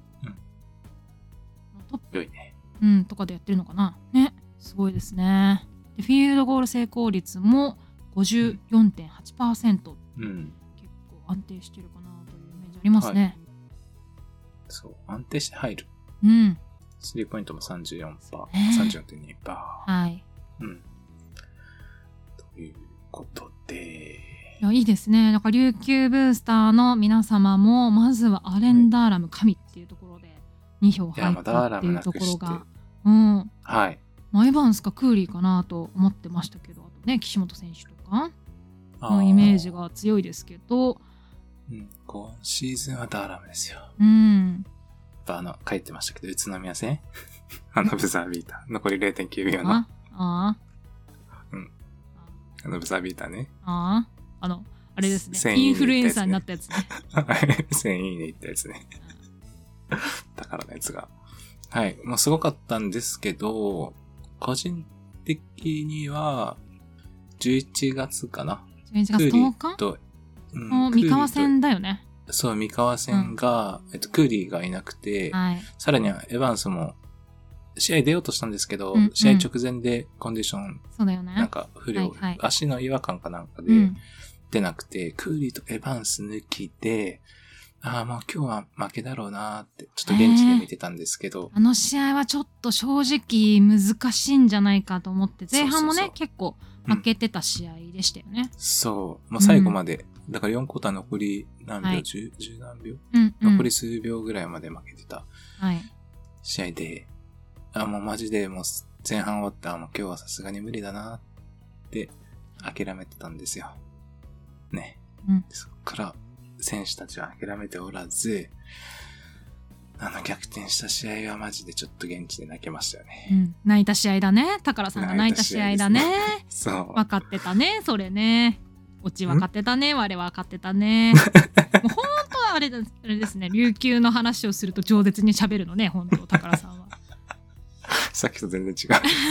トップ良いね。 とかでやってるのかな。ね、すごいですね。でフィールドゴール成功率も 54.8%、結構安定してるかなというイメージありますね。 そう、安定して入る。スリーポイントも 34%、34.2%。 はい。 ということで。 いいですね。だから琉球ブースターの皆様も、まずはアレンダーラム神っていうところで2票入ったっていうところが。 はい。 エヴァンスかクーリーかなと思ってましたけど、あとね、岸本選手とかのイメージが強いですけど。 今シーズンはダーラムですよ。 書いてましたけど、宇都宮戦ブザービーター。残り 0.9 秒の。うん。ブザービーターね。 あれですね。インフルエンサーになったやつね。 1000いいねいったやつね。だからのやつが。はい。もうすごかったんですけど、個人的には、11月かな。 11月10日と、 三河戦だよね。 そう、三河戦が、クーリーがいなくて、 はい、 さらにはエヴァンスも、試合出ようとしたんですけど、試合直前でコンディション、 そうだよね。 なんか不良、足の違和感かなんかで出なくて、クーリーとエヴァンス抜きで、もう今日は負けだろうなーって、ちょっと現地で見てたんですけど。 あの試合はちょっと正直難しいんじゃないかと思って、前半もね、結構負けてた試合でしたよね。 そう。もう最後まで、だから4クォーター残り何秒、10何秒、残り数秒ぐらいまで負けてた試合で、もうマジでもう前半終わったらもう今日はさすがに無理だなって諦めてたんですよ。ね。そっから選手たちは諦めておらず、逆転した試合はマジでちょっと現地で泣けましたよね。 泣いた試合だね。宝さんが泣いた試合だね。 そう。 分かってたね、それね。オチ分かってたね、我分かってたね。もう本当はあれですね、琉球の話をすると饒舌に喋るのね、本当宝さんは。 さっきと全然違う。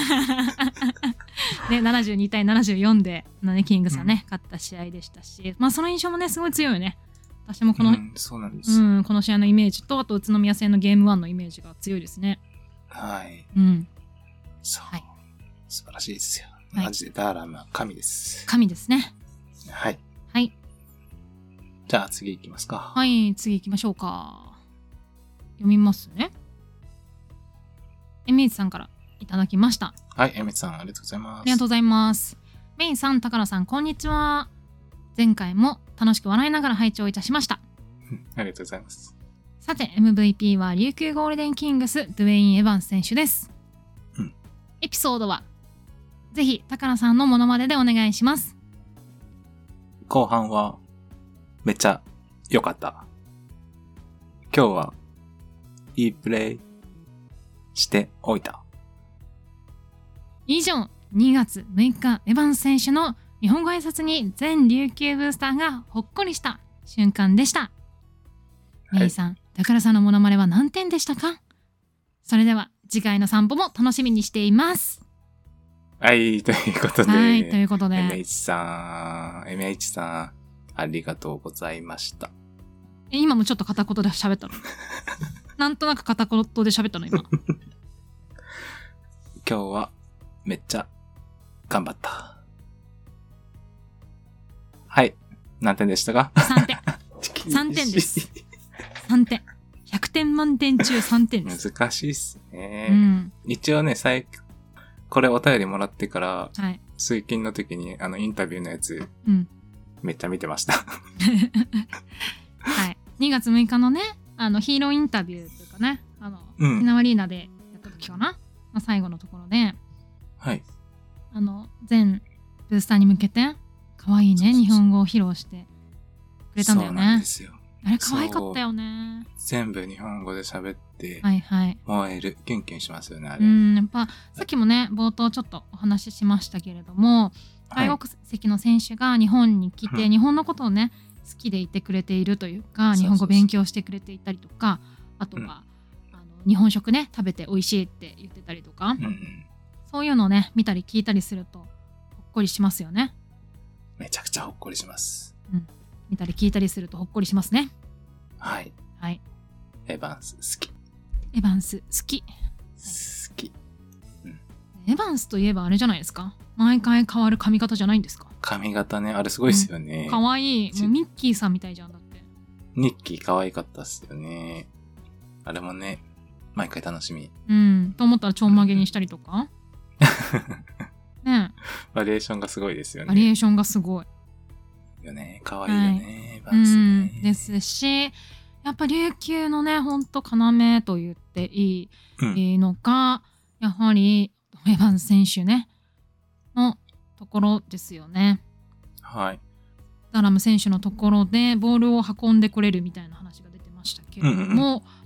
ね、72対74で、キングさんね、勝った試合でしたし、その印象もね、すごい強いよね。私もこの、 そうなんです。 この試合のイメージと、あと宇都宮戦のゲーム1のイメージが強いですね。 はい。そう。 はい、 素晴らしいですよ。マジでダーラムは神です。 神ですね。 はい。 はい。 じゃあ次行きますか。 はい、次行きましょうか。読みますね。エミーズさんからいただきました。 はい、エミーズさんありがとうございます。 ありがとうございます。メインさん、高野さん、こんにちは。前回も楽しく笑いながら拝聴いたしました。 ありがとうございます。 さて、MVP は琉球ゴールデンキングス、ドゥエイン・エヴァンス選手です。エピソードはぜひ高野さんのモノマネでお願いします。 後半はめっちゃ良かった。今日はいいプレイしておいた。 以上、2月6日エヴァンス選手の日本語挨拶に全琉球ブースターがほっこりした瞬間でした。メイさん、高野さんのモノマネは何点でしたか？それでは次回の散歩も楽しみにしています。 はい、ということで。 はい、ということで。 MH さん、ありがとうございました。 今もちょっと片言で喋ったの？なんとなく片言で喋ったの今。 今日はめっちゃ頑張った。はい。何点でしたか？ 3 点。3点です。3点。100点満点中3点です。 難しいっすね。一応ね、これお便りもらってから、水金の時にインタビューのやつ、めっちゃ見てました。はい。 2月6日のね、ヒーローインタビューというかね、沖縄アリーナでやった時かな、最後のところで、 はい。 全ブースターに向けて、可愛いね、日本語を披露してくれたんだよね。そうなんですよ。あれ可愛かったよね。 全部日本語で喋って、燃える、キュンキュンしますよね、あれ。 やっぱ、さっきもね、冒頭ちょっとお話ししましたけれども、外国籍の選手が日本に来て、日本のことをね、好きでいてくれているというか、日本語勉強してくれていたりとか、あとは、日本食ね、食べて美味しいって言ってたりとか、そういうのをね、見たり聞いたりすると、ほっこりしますよね。 めちゃくちゃほっこりします。 見たり聞いたりするとほっこりしますね。 はい。 はい。 エヴァンス好き。 エヴァンス好き。 好き。 エヴァンスといえばあれじゃないですか。毎回変わる髪型じゃないんですか。 髪型ね、あれすごいですよね。 かわいい。もうミッキーさんみたいじゃんだって。 ニッキー可愛かったっすよね。あれもね、毎回楽しみ。 と思ったらちょんまげにしたりとか。ね。 バリエーションがすごいですよね。 バリエーションがすごい。 よね、可愛いよね、エヴァンスね。 ですし、やっぱ琉球のね、ほんと要と言っていいのが、やはりエヴァンス選手ね、のところですよね。 はい。 ダラム選手のところでボールを運んでこれるみたいな話が出てましたけれども、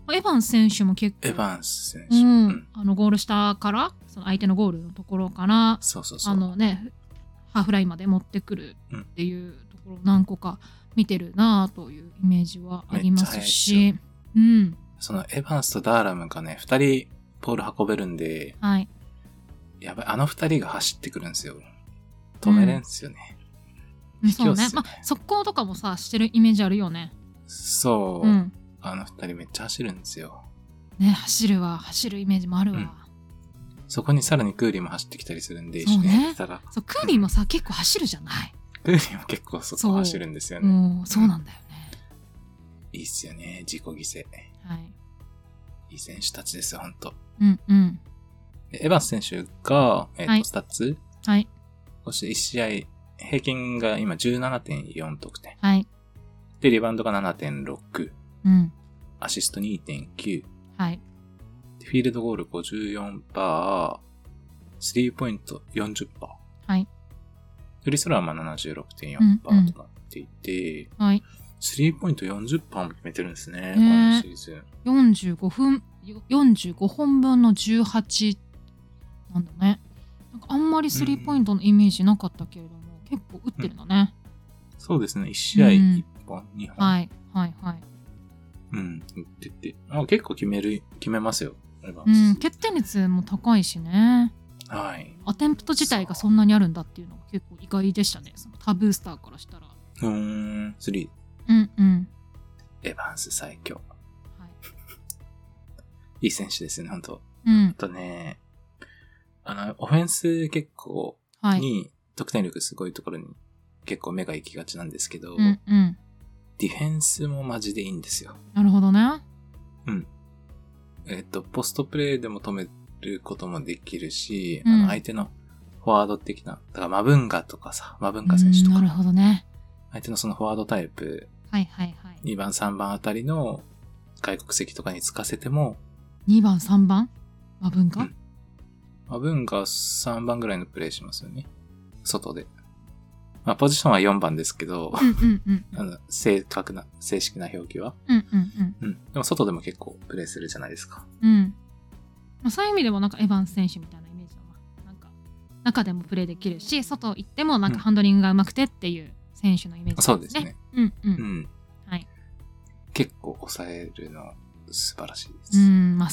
エヴァンス選手も結構。 エヴァンス選手。 ゴール下から、その相手のゴールのところから、 そう。 ハーフラインまで持ってくるっていうところ何個か見てるなというイメージはありますし、 そのエヴァンスとダーラムがね、2人ボール運べるんで、 はい。 やばい、あの2人が走ってくるんですよ。止めれんすよね。 そうね。速攻とかもさ、してるイメージあるよね。 そう。あの2人めっちゃ走るんですよ。 ね、走るイメージもあるわ。 そこにさらにクーリーも走ってきたりするんで、 そうね。そう、クーリーもさ、結構走るじゃない。 クーリーも結構そこ走るんですよね。 そうなんだよね。 いいっすよね、自己犠牲。 はい。 いい選手たちですよ、ほんと。エヴァンス選手が、スタッツ。 はい。 そして1試合、平均が今 17.4 得点。 はい。 で、リバウンドが 7.6。アシスト 2.9。 はい。 フィールドゴール 54%、スリーポイント 40%。 はい。 フリースローは76.4% となっていて、 はい。 スリーポイント 40% も決めてるんですね、このシーズン。 45本分の18なんだね。なんかあんまりスリーポイントのイメージなかったけれども、結構打ってるんだね。 そうですね、1試合1本、2本。 はい。打ってて。結構決めますよ。 決定率も高いしね。 はい。 アテンプト自体がそんなにあるんだっていうのが結構意外でしたね。そのタブースターからしたら。 3。エヴァンス最強。 はい。 いい選手ですね、ほんと。 あとね、オフェンス結構に得点力すごいところに結構目が行きがちなんですけど、ディフェンスもマジでいいんですよ。 なるほどね。 ポストプレーでも止めることもできるし、相手のフォワード的な、だからマブンガとかさ、マブンガ選手とか。 なるほどね。 相手のそのフォワードタイプ、2番、3番あたりの外国籍とかにつかせても、 2番、3番マブンガ、 マブンガ3番ぐらいのプレーしますよね。外で。ポジションは4番ですけど、正式な表記は。でも外でも結構プレーするじゃないですか。 そういう意味でもなんかエヴァンス選手みたいなイメージだな。なんか中でもプレーできるし、外行ってもなんかハンドリングが上手くてっていう選手のイメージですね。 そうですね。 はい。 結構抑えるの素晴らしいです。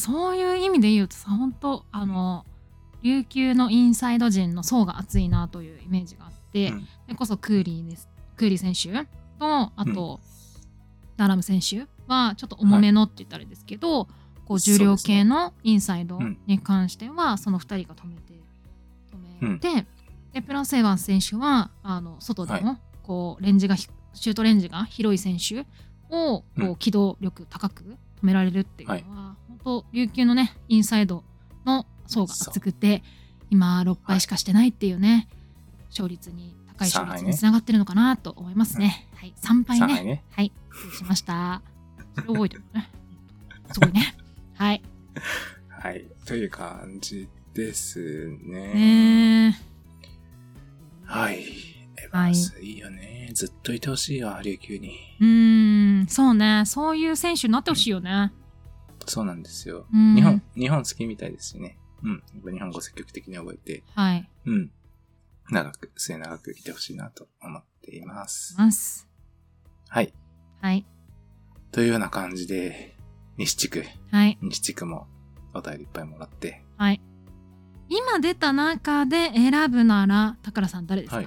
そういう意味で言うとさ、本当琉球のインサイド陣の層が厚いなというイメージがあって、でこそクーリー選手とあと、ダラム選手はちょっと重めのって言ったらあれですけど、こう重量系のインサイドに関してはその2人が止めて、でプラスエヴァンス選手は外でもこうシュートレンジが広い選手をこう機動力高く止められるっていうのは、本当琉球のねインサイドの層が厚くて、今6敗しかしてないっていうね、高い勝率につながってるのかなと思いますね。はい、3敗ね。はい、失礼しました。それ覚えてるね。すごいね。はい。 はい、という感じですね。はい。エヴァンスいいよね。ずっといてほしいわ、琉球に。 そうね。そういう選手になってほしいよね。 そうなんですよ。日本好きみたいですね。日本語積極的に覚えて。 はい。 末永くいてほしいなと思っています。 はい。はい。 というような感じで、西地区もお便りいっぱいもらって。 はい。今出た中で選ぶなら、宝さん誰ですか？はい、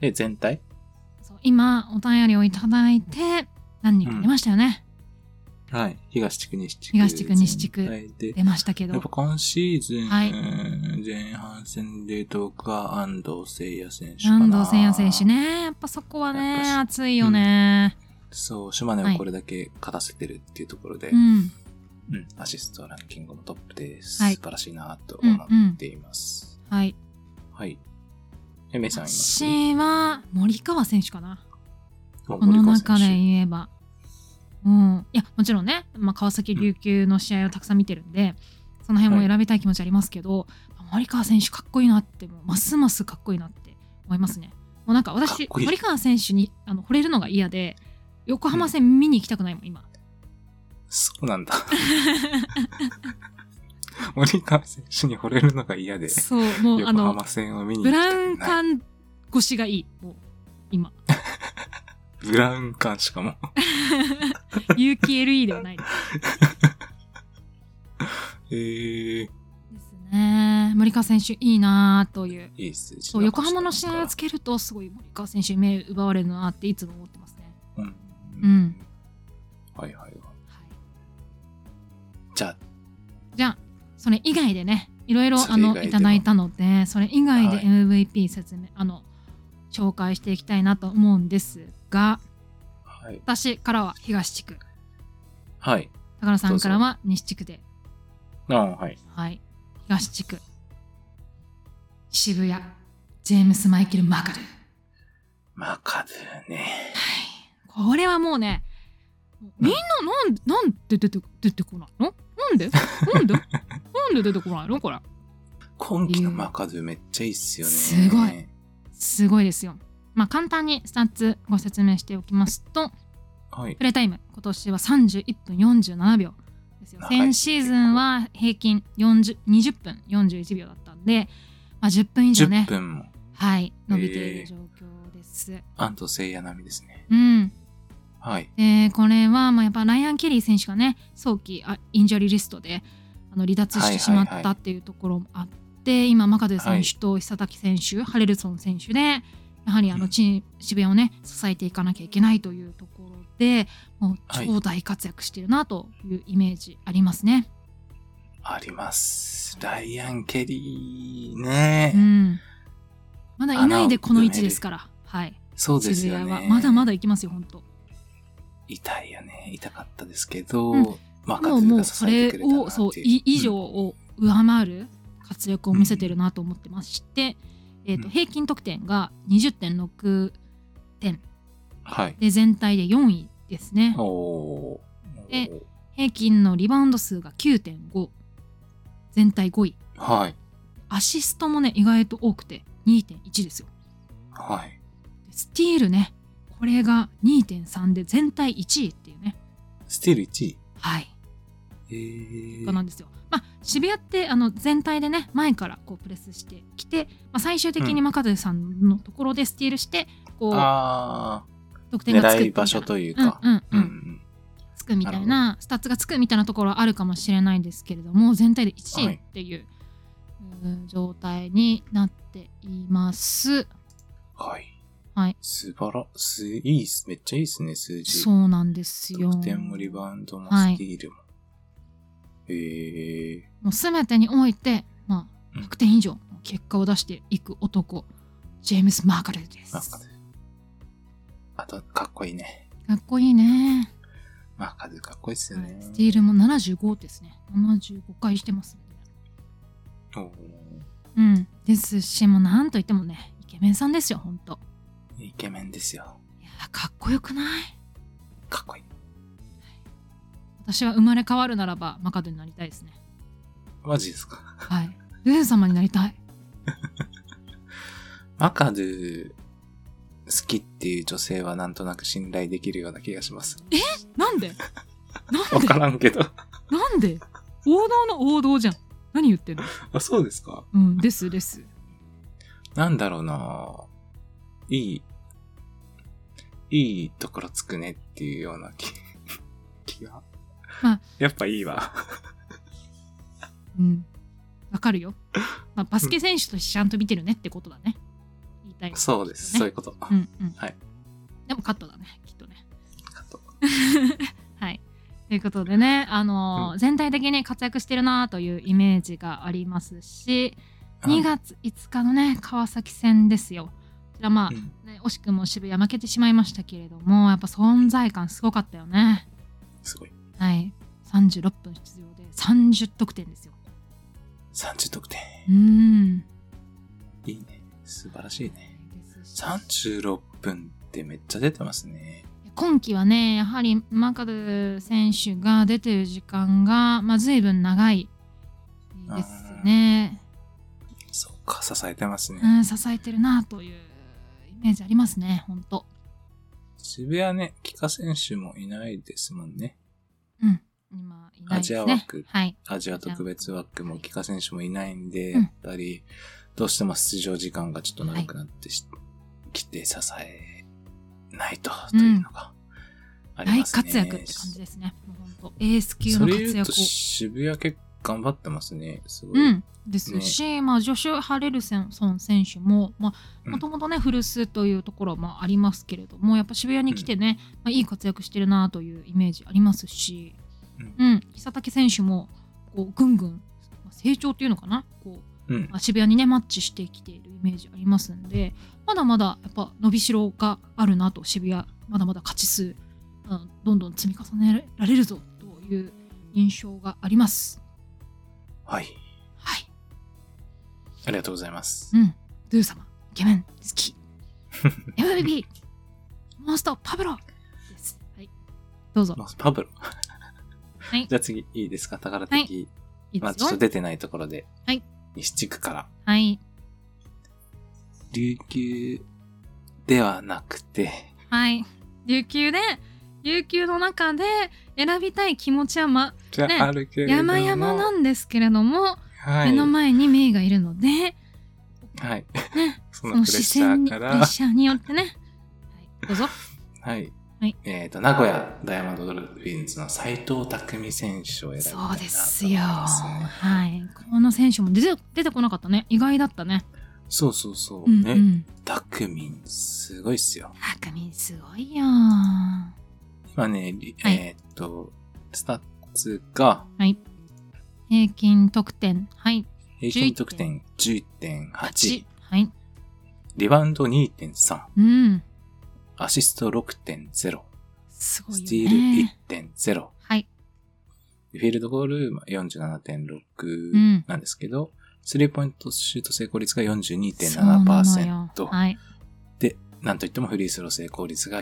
全体？ そう、今お便りをいただいて、何人か出ましたよね。 はい。東地区、西地区。 出ましたけど。 やっぱ今シーズン、前半戦でとか、安藤誠也選手かな。 安藤誠也選手ね。やっぱそこはね、熱いよね。 そう、島根をこれだけ勝たせてるっていうところで、アシストランキングもトップで素晴らしいなと思っています。 はい。 はい。メイさんいます？ 私は森川選手かな。この中で言えば。いやもちろんね、川崎琉球の試合をたくさん見てるんで、その辺も選びたい気持ちありますけど、森川選手かっこいいなって、ますますかっこいいなって思いますね。もうなんか私森川選手に惚れるのが嫌で、横浜戦見に行きたくないもん今。 そうなんだ。森川選手に惚れるのが嫌で、 そう、もう横浜戦を見に行ブきたくない。 ラウン管越しがいい。もう、今。 ブラウン管しかも。 有機 LE ではないです。ですね。森川選手いいなという。 いいっす。 そう、横浜の試合をつけると、すごい森川選手に目奪われるなっていつも思ってますね。うん。 はいはいはい。じゃあ、それ以外でね、いろいろいただいたので、それ以外で MVP 説明、紹介していきたいなと思うんですが、はい、私からは東地区。 はい。 高野さんからは西地区で。 はい。 はい。東地区。渋谷、ジェームス・マイケル・マカドゥ。 マカドゥね。 はい。これはもうね、みんななんで出てこないの？なんで出てこないのこれ。 今季のマカドゥめっちゃいいっすよね。 すごいですよ。まあ簡単にスタッツご説明しておきますと、はい、プレータイム今年は31分47秒ですよ。先シーズンは平均20分41秒だったんで、まあ、10分以上ね、 10分もはい伸びている状況です。 安藤聖也並みですね。 うん。 はい。 これはまあやっぱライアン・ケリー選手がね早期インジャリーリストで離脱してしまったっていうところもあって、今マカドゥ選手と久滝選手、ハレルソン選手でやはり渋谷をね支えていかなきゃいけないというところでもう超大活躍してるなというイメージありますね。 あります。ライアン・ケリーね、 うん、まだいないでこの位置ですから、はい。 そうですよね。 渋谷はまだまだいきますよ本当。 痛いよね。痛かったですけど、マカドゥが支えてくれたなっていう。 そう以上を上回る活躍を見せてるなと思ってまして、平均得点が 20.6 点、 はい、 で全体で4位ですね。で平均のリバウンド数が 9.5 全体5位、 はい、 アシストもね意外と多くて 2.1 ですよ。 はい、 スティールねこれが 2.3 で全体1位っていうね。 スティール1位、 はい。そうなんですよ。まあ、渋谷って全体でね前からこうプレスしてきて、まあ、最終的にマカドゥさんのところでスティールしてこう、得点がつくみたいな狙い場所というか、 つくみたいなスタッツがつくみたいなところはあるかもしれないんですけれども全体で1位っていう、状態になっています。 はい。 はい。 素晴らしい。いいっす。めっちゃいいっすね、数字。 そうなんですよ。 得点もリバウンドもスティールも。 もう全てにおいて、まあ、100点以上の結果を出していく男、ジェームス・マーカルです。 あと、かっこいいね。 かっこいいね。 マーカルかっこいいっすよね。 スティールも75ですね。75回してますね。うん。ですし、もうなんといってもね、イケメンさんですよ、ほんと。 イケメンですよ。 いや、かっこよくない？ かっこいい。 私は生まれ変わるならばマカドゥになりたいですね。 マジですか？ はい。ルーン様になりたい。 マカドゥ好きっていう女性はなんとなく信頼できるような気がします。 なんで？ わからんけど。 なんで？王道の王道じゃん。何言ってんの？ あ、そうですか？ うん、です。 なんだろうな。いいところつくねっていうような気が。まあ、やっぱいいわ。 うん。わかるよ。まあ、バスケ選手としてちゃんと見てるねってことだね。言いたい、ね。 そうです。そういうこと。 うんうん。 はい。 でもカットだね、きっとね。 カット。 はい。ということでね、全体的に活躍してるなというイメージがありますし、2月5日のね、川崎戦ですよ。こちらまあ、ね、惜しくも渋谷負けてしまいましたけれども、やっぱ存在感すごかったよね。 すごい。 はい。36分出場で30得点ですよ。 30得点。いいね。素晴らしいね。36分ってめっちゃ出てますね。 今季はね、やはりマカドゥ選手が出てる時間が、まあ、随分長いですね。 そうか、支えてますね。 支えてるなというイメージありますね、ほんと。 渋谷ね、帰化選手もいないですもんね。 うん。 今いないですね。 アジア枠、 はい。 アジア特別枠も帰化選手もいないんで、やっぱりどうしても出場時間がちょっと長くなってきて支えないというのがありますね。 大活躍って感じですね。もう本当エース級の活躍を。 それ言うと渋谷結構頑張ってますね。すごい。 ですし、まあジョシュ・ハレルソン選手ももともとね古巣というところもありますけれども、やっぱ渋谷に来てね、いい活躍してるなというイメージありますし、久武選手もこうぐんぐん成長っていうのかな、こう、渋谷にねマッチしてきているイメージありますんで、まだまだやっぱ伸びしろがあるなと、渋谷まだまだ勝ち数、どんどん積み重ねられるぞという印象があります。 はい。 はい。 ありがとうございます。 ドゥ様、イケメン、好き。MVP、モンスター、パブロです。はい。どうぞ。 パブロ。 はい。 じゃあ次、いいですか、宝的。はい、いいまあちょっと出てないところで。 はい。 西地区から。 はい。 琉球ではなくて。 はい。琉球の中で選びたい気持ちはあるけれども、 山々なんですけれども、目の前にメイがいるので、 はい。 ね、 そのプレッシャーから。 プレッシャーによってね。はい、どうぞ。 はい。 はい、 名古屋ダイヤモンドドルフィンズの斉藤匠選手を選びたいなと思います、ね。そうですよ。 はい。この選手も出てこなかったね。意外だったね。 そうそうそう。ね。タクミン、すごいっすよ。 タクミンすごいよ。 今ね、スタッツが、 はい。平均得点、はい。 平均得点 11.8。 はい。 リバウンド 2.3。 うん。 アシスト 6.0。 すごいよね。 スティール 1.0。 はい。 フィールドゴール 47.6 なんですけど、スリーポイントシュート成功率が 42.7%。 はい。 で、なんといってもフリースロー成功率が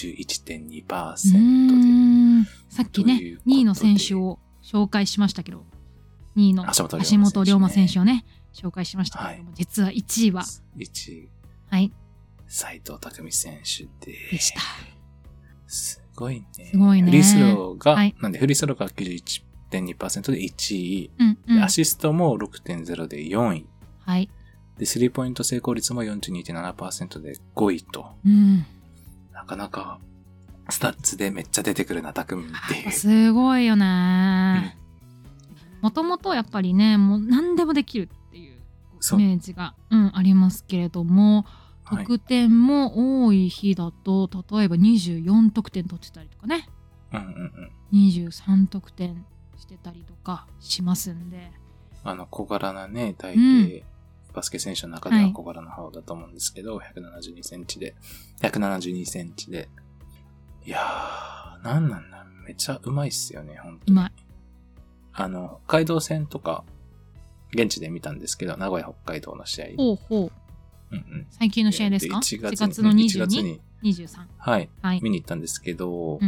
91.2% で。 さっきね、2位の選手を紹介しましたけど、2位の橋本龍馬選手をね、紹介しましたけども、実は1位は、 1位。 はい。 斉藤匠選手でした。 すごいね。 すごいね。 フリースローが、なんでフリースローが 91.2% で1位。でアシストも 6.0 で4位。 はい。 で、スリーポイント成功率も 42.7% で5位と。なかなか、スタッツでめっちゃ出てくるな、匠っていう。 すごいよね。もともとやっぱりね、もう何でもできるっていうイメージが、ありますけれども、得点も多い日だと、例えば24得点取ってたりとかね。23得点してたりとかしますんで。 小柄なね、体型、バスケ選手の中では小柄な方だと思うんですけど、172センチで。いやー、なんなんだ。めっちゃうまいっすよね、本当に。 うまい。 北海道戦とか、現地で見たんですけど、名古屋北海道の試合。 ほうほう。最近の試合ですか ?1 月の22、23。 はい。見に行ったんですけど、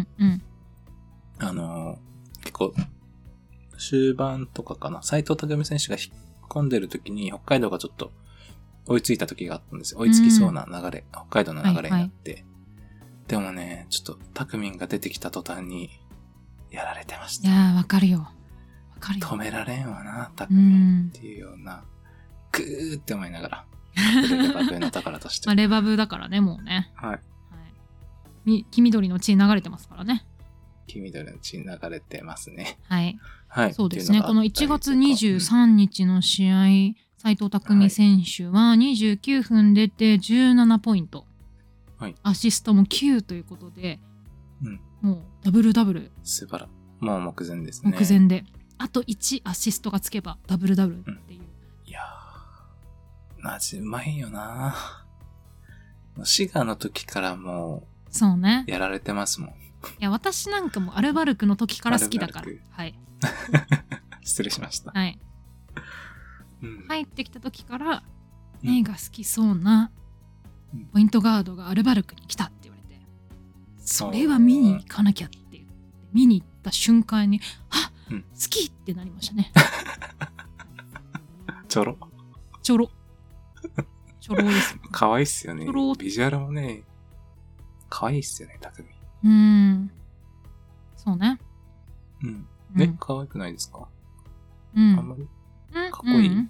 結構、終盤とかかな、斉藤匠選手が引っ込んでる時に、北海道がちょっと追いついた時があったんですよ。追いつきそうな流れ、北海道の流れになって。でもね、ちょっと匠が出てきた途端に、やられてました。 いやー、わかるよ。 止められんわな、匠っていうような、グーって思いながら。レバブの宝として。 レバブだからね、もうね。 はい。 黄緑の血流れてますからね。 黄緑の血流れてますね。 はい。 はい。 そうですね。この1月23日の試合、斉藤匠選手は29分出て17ポイント。 はい。 アシストも9ということで、もうダブルダブル。 素晴らしい。もう目前ですね。 目前で。あと1アシストがつけばダブルダブルっていう。 いやー、マジうまいよな。滋賀の時からもう、 そうね。 やられてますもん。いや、私なんかもアルバルクの時から好きだから。はい。 失礼しました。 はい。入ってきた時から、メイが好きそうなポイントガードがアルバルクに来たって言われて、それは見に行かなきゃって言って、見に行った瞬間に、あ、好きってなりましたね。 ちょろです。 かわいいっすよね。ビジュアルもね、かわいいっすよね、匠。 そうね。 可愛くないですか？ うん。 あんまりかっこいい？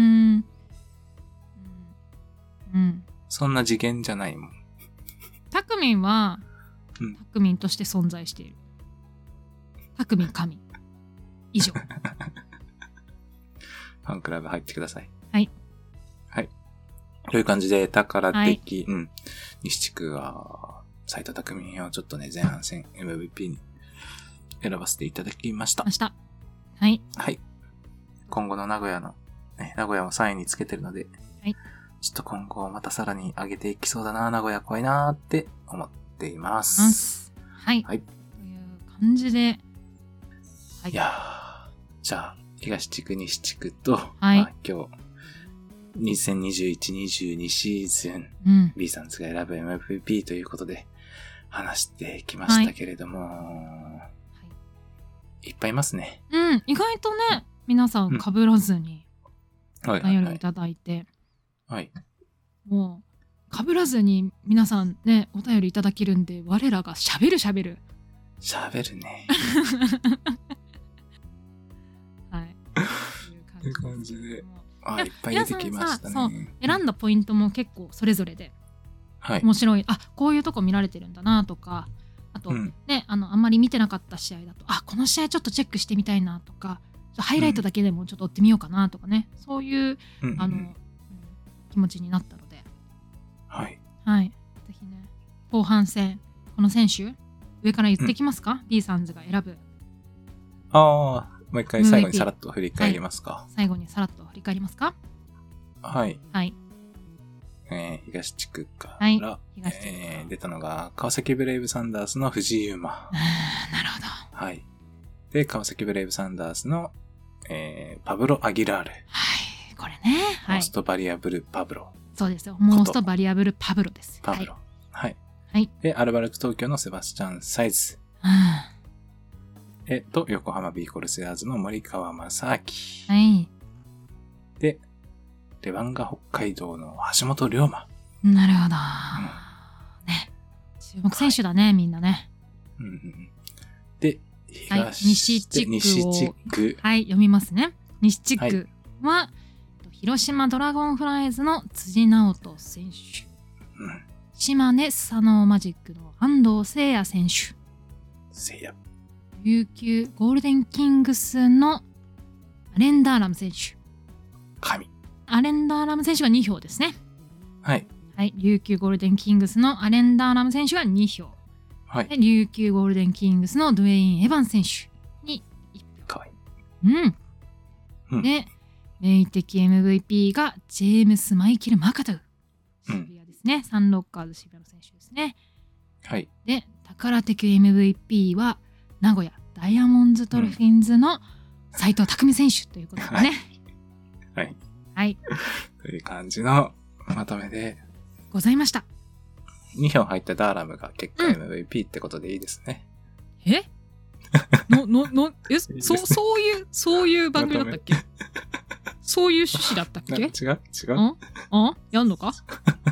そんな次元じゃないもん。 たくみんは、たくみんとして存在している。たくみん神。以上。ファンクラブ入ってください。 はい。 はい。という感じで、宝的、西地区は、斉藤匠をちょっとね、前半戦 MVP に選ばせていただきました。 はい。 はい。今後の名古屋も3位につけてるので、 はい。 ちょっと今後またさらに上げていきそうだな、名古屋怖いなーって思っています。 はい。 はい。 という感じで、 はい。いやー、じゃあ、東地区、西地区と、 はい。 今日、2021-22シーズン、B さんズが選ぶ MVP ということで、話してきましたけれども、いっぱいいますね。 意外とね、皆さん被らずに、お便りいただいて、 はい。 もう、被らずに皆さんね、お便りいただけるんで、我らが喋る。 喋るね。 はい。 という感じで、いっぱい出てきましたね。 そう、選んだポイントも結構それぞれで、 はい。 面白い。こういうとこ見られてるんだなとか、あと、ね、あんまり見てなかった試合だと、この試合ちょっとチェックしてみたいなとか、ハイライトだけでもちょっと追ってみようかなとかね、そういう、気持ちになったので、 はい。 はい。ぜひね、後半戦、この選手、上から言ってきますか？ D サンズが選ぶ。 もう一回最後にさらっと振り返りますか？ 最後にさらっと振り返りますか？ はい。 はい。 東地区から、出たのが、川崎ブレイブサンダースの藤井優馬。 なるほど。 はい。で、川崎ブレイブサンダースの、パブロ・アギラール。 はい。これね。 モーストバリアブル・パブロ。 そうですよ。モーストバリアブル・パブロです。 パブロ。はい。 はい。 で、アルバルク東京のセバスチャン・サイズ。横浜ビーコルセアーズの森川正明。 はい。 で、レバンガ北海道の橋本龍馬。 なるほど。ね。注目選手だね、みんなね。 で、 西地区。はい、読みますね。西地区は、広島ドラゴンフライズの辻直人選手。島根スサノーマジックの安藤聖也選手。琉球ゴールデンキングスのアレンダーラム選手。アレンダーラム選手が2票ですね。 はい。 はい。琉球ゴールデンキングスのアレンダーラム選手が2票。 はい。 で琉球ゴールデンキングスのドゥエイン・エヴァン選手に1票。 かわいい。で、メイ的 MVP がジェームス・マイケル・マカトゥ。渋谷ですね。サンロッカーズ渋谷の選手ですね。 はい。 で、宝的 MVP は名古屋ダイヤモンズドルフィンズの斉藤匠選手ということですね。 はい。 はい。 という感じのまとめでございました。 2票入ったダーラムが結果 MVP ってことでいいですね。 そういう番組だったっけ？そういう趣旨だったっけ？ 違うやんのか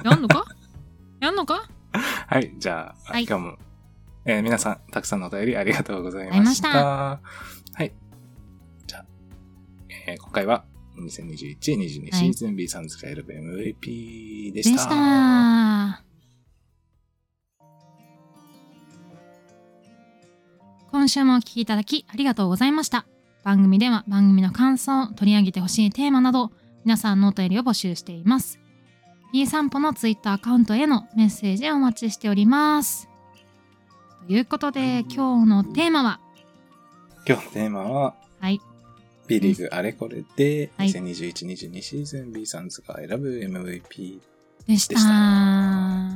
はい、じゃあ、今日も、皆さん、たくさんのお便りありがとうございました。はい。じゃあ、今回は、2021-22シーズン B サンズが選ぶ MVP でした。 今週もお聞きいただきありがとうございました。番組では番組の感想、取り上げてほしいテーマなど、皆さんのお便りを募集しています。B 散歩のツイッターアカウントへのメッセージをお待ちしております。ということで、今日のテーマは、はい。 B リーグあれこれで、2021-22シーズン B サンズが選ぶ MVP でした。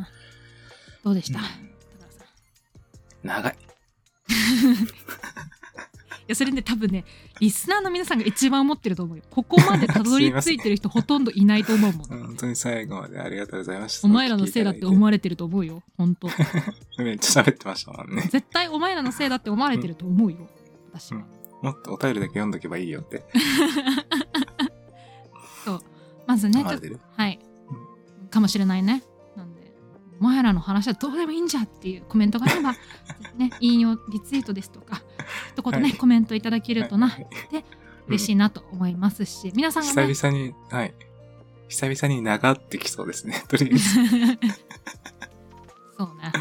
どうでした？ 長い。 いやそれね多分ねリスナーの皆さんが一番思ってると思うよ。ここまでたどり着いてる人ほとんどいないと思うもん。 本当に最後までありがとうございました。 お前らのせいだって思われてると思うよ。本当。 めっちゃ喋ってましたもんね。 絶対お前らのせいだって思われてると思うよ。私は。 もっとお便りだけ読んどけばいいよって。 そうまずねちょっとはいかもしれないね。なんでお前らの話はどうでもいいんじゃっていうコメントがあればね引用リツイートですとか一言ね、コメントいただけるとな、で、嬉しいなと思いますし、皆さんがね。 久々に長ってきそうですね、とりあえず。 そうね。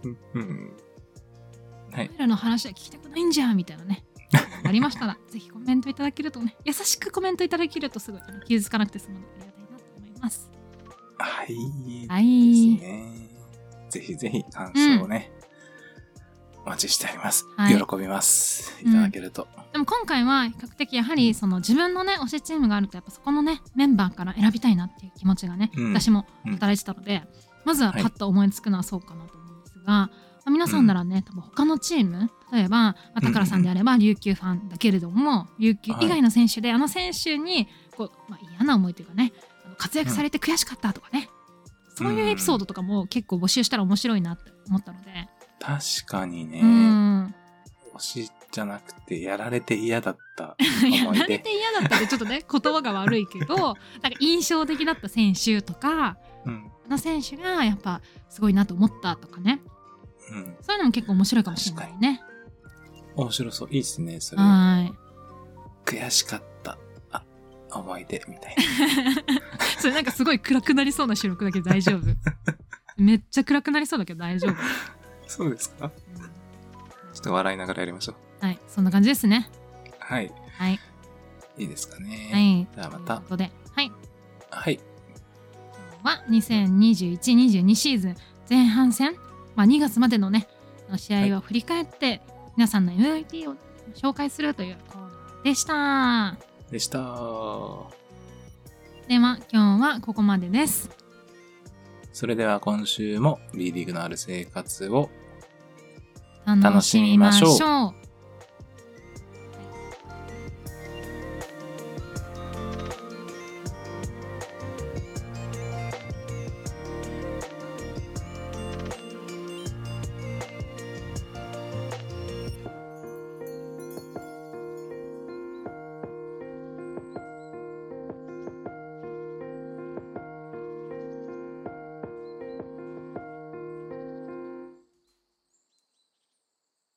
はい。 彼らの話は聞きたくないんじゃんみたいなね。ありましたら、ぜひコメントいただけるとね、優しくコメントいただけるとすごい傷つかなくて済むのでありがたいなと思います。 はい。 ですね。ぜひぜひ感想をね、お待ちしております。喜びます。いただけると。 でも今回は比較的やはりその自分のね推しチームがあるとやっぱそこのねメンバーから選びたいなっていう気持ちがね、私も働いてたので、まずはパッと思いつくのはそうかなと思うんですが、皆さんならね多分他のチーム、例えば宝さんであれば琉球ファンだけれども、琉球以外の選手で選手にこう、嫌な思いというかね、活躍されて悔しかったとかね、そういうエピソードとかも結構募集したら面白いなって思ったので。 確かにね、推しじゃなくてやられて嫌だった思い出。 やられて嫌だったってちょっとね言葉が悪いけど、なんか印象的だった選手とか、の選手がやっぱすごいなと思ったとかね、そういうのも結構面白いかもしれないね。 面白そう、いいですねそれ。悔しかった思い出みたいな。 それなんかすごい暗くなりそうな収録だけど大丈夫？めっちゃ暗くなりそうだけど大丈夫？ そうですか？ちょっと笑いながらやりましょう。 はい、そんな感じですね。 はい。 はい。 いいですかね。 はい。 じゃあまた。 ということで、はい。 はい。 今日は2021-22シーズン前半戦、2月までのね、試合を振り返って、皆さんの MVP を紹介するというコーナーでした。では、今日はここまでです。 それでは今週も B リーグのある生活を楽しみましょう。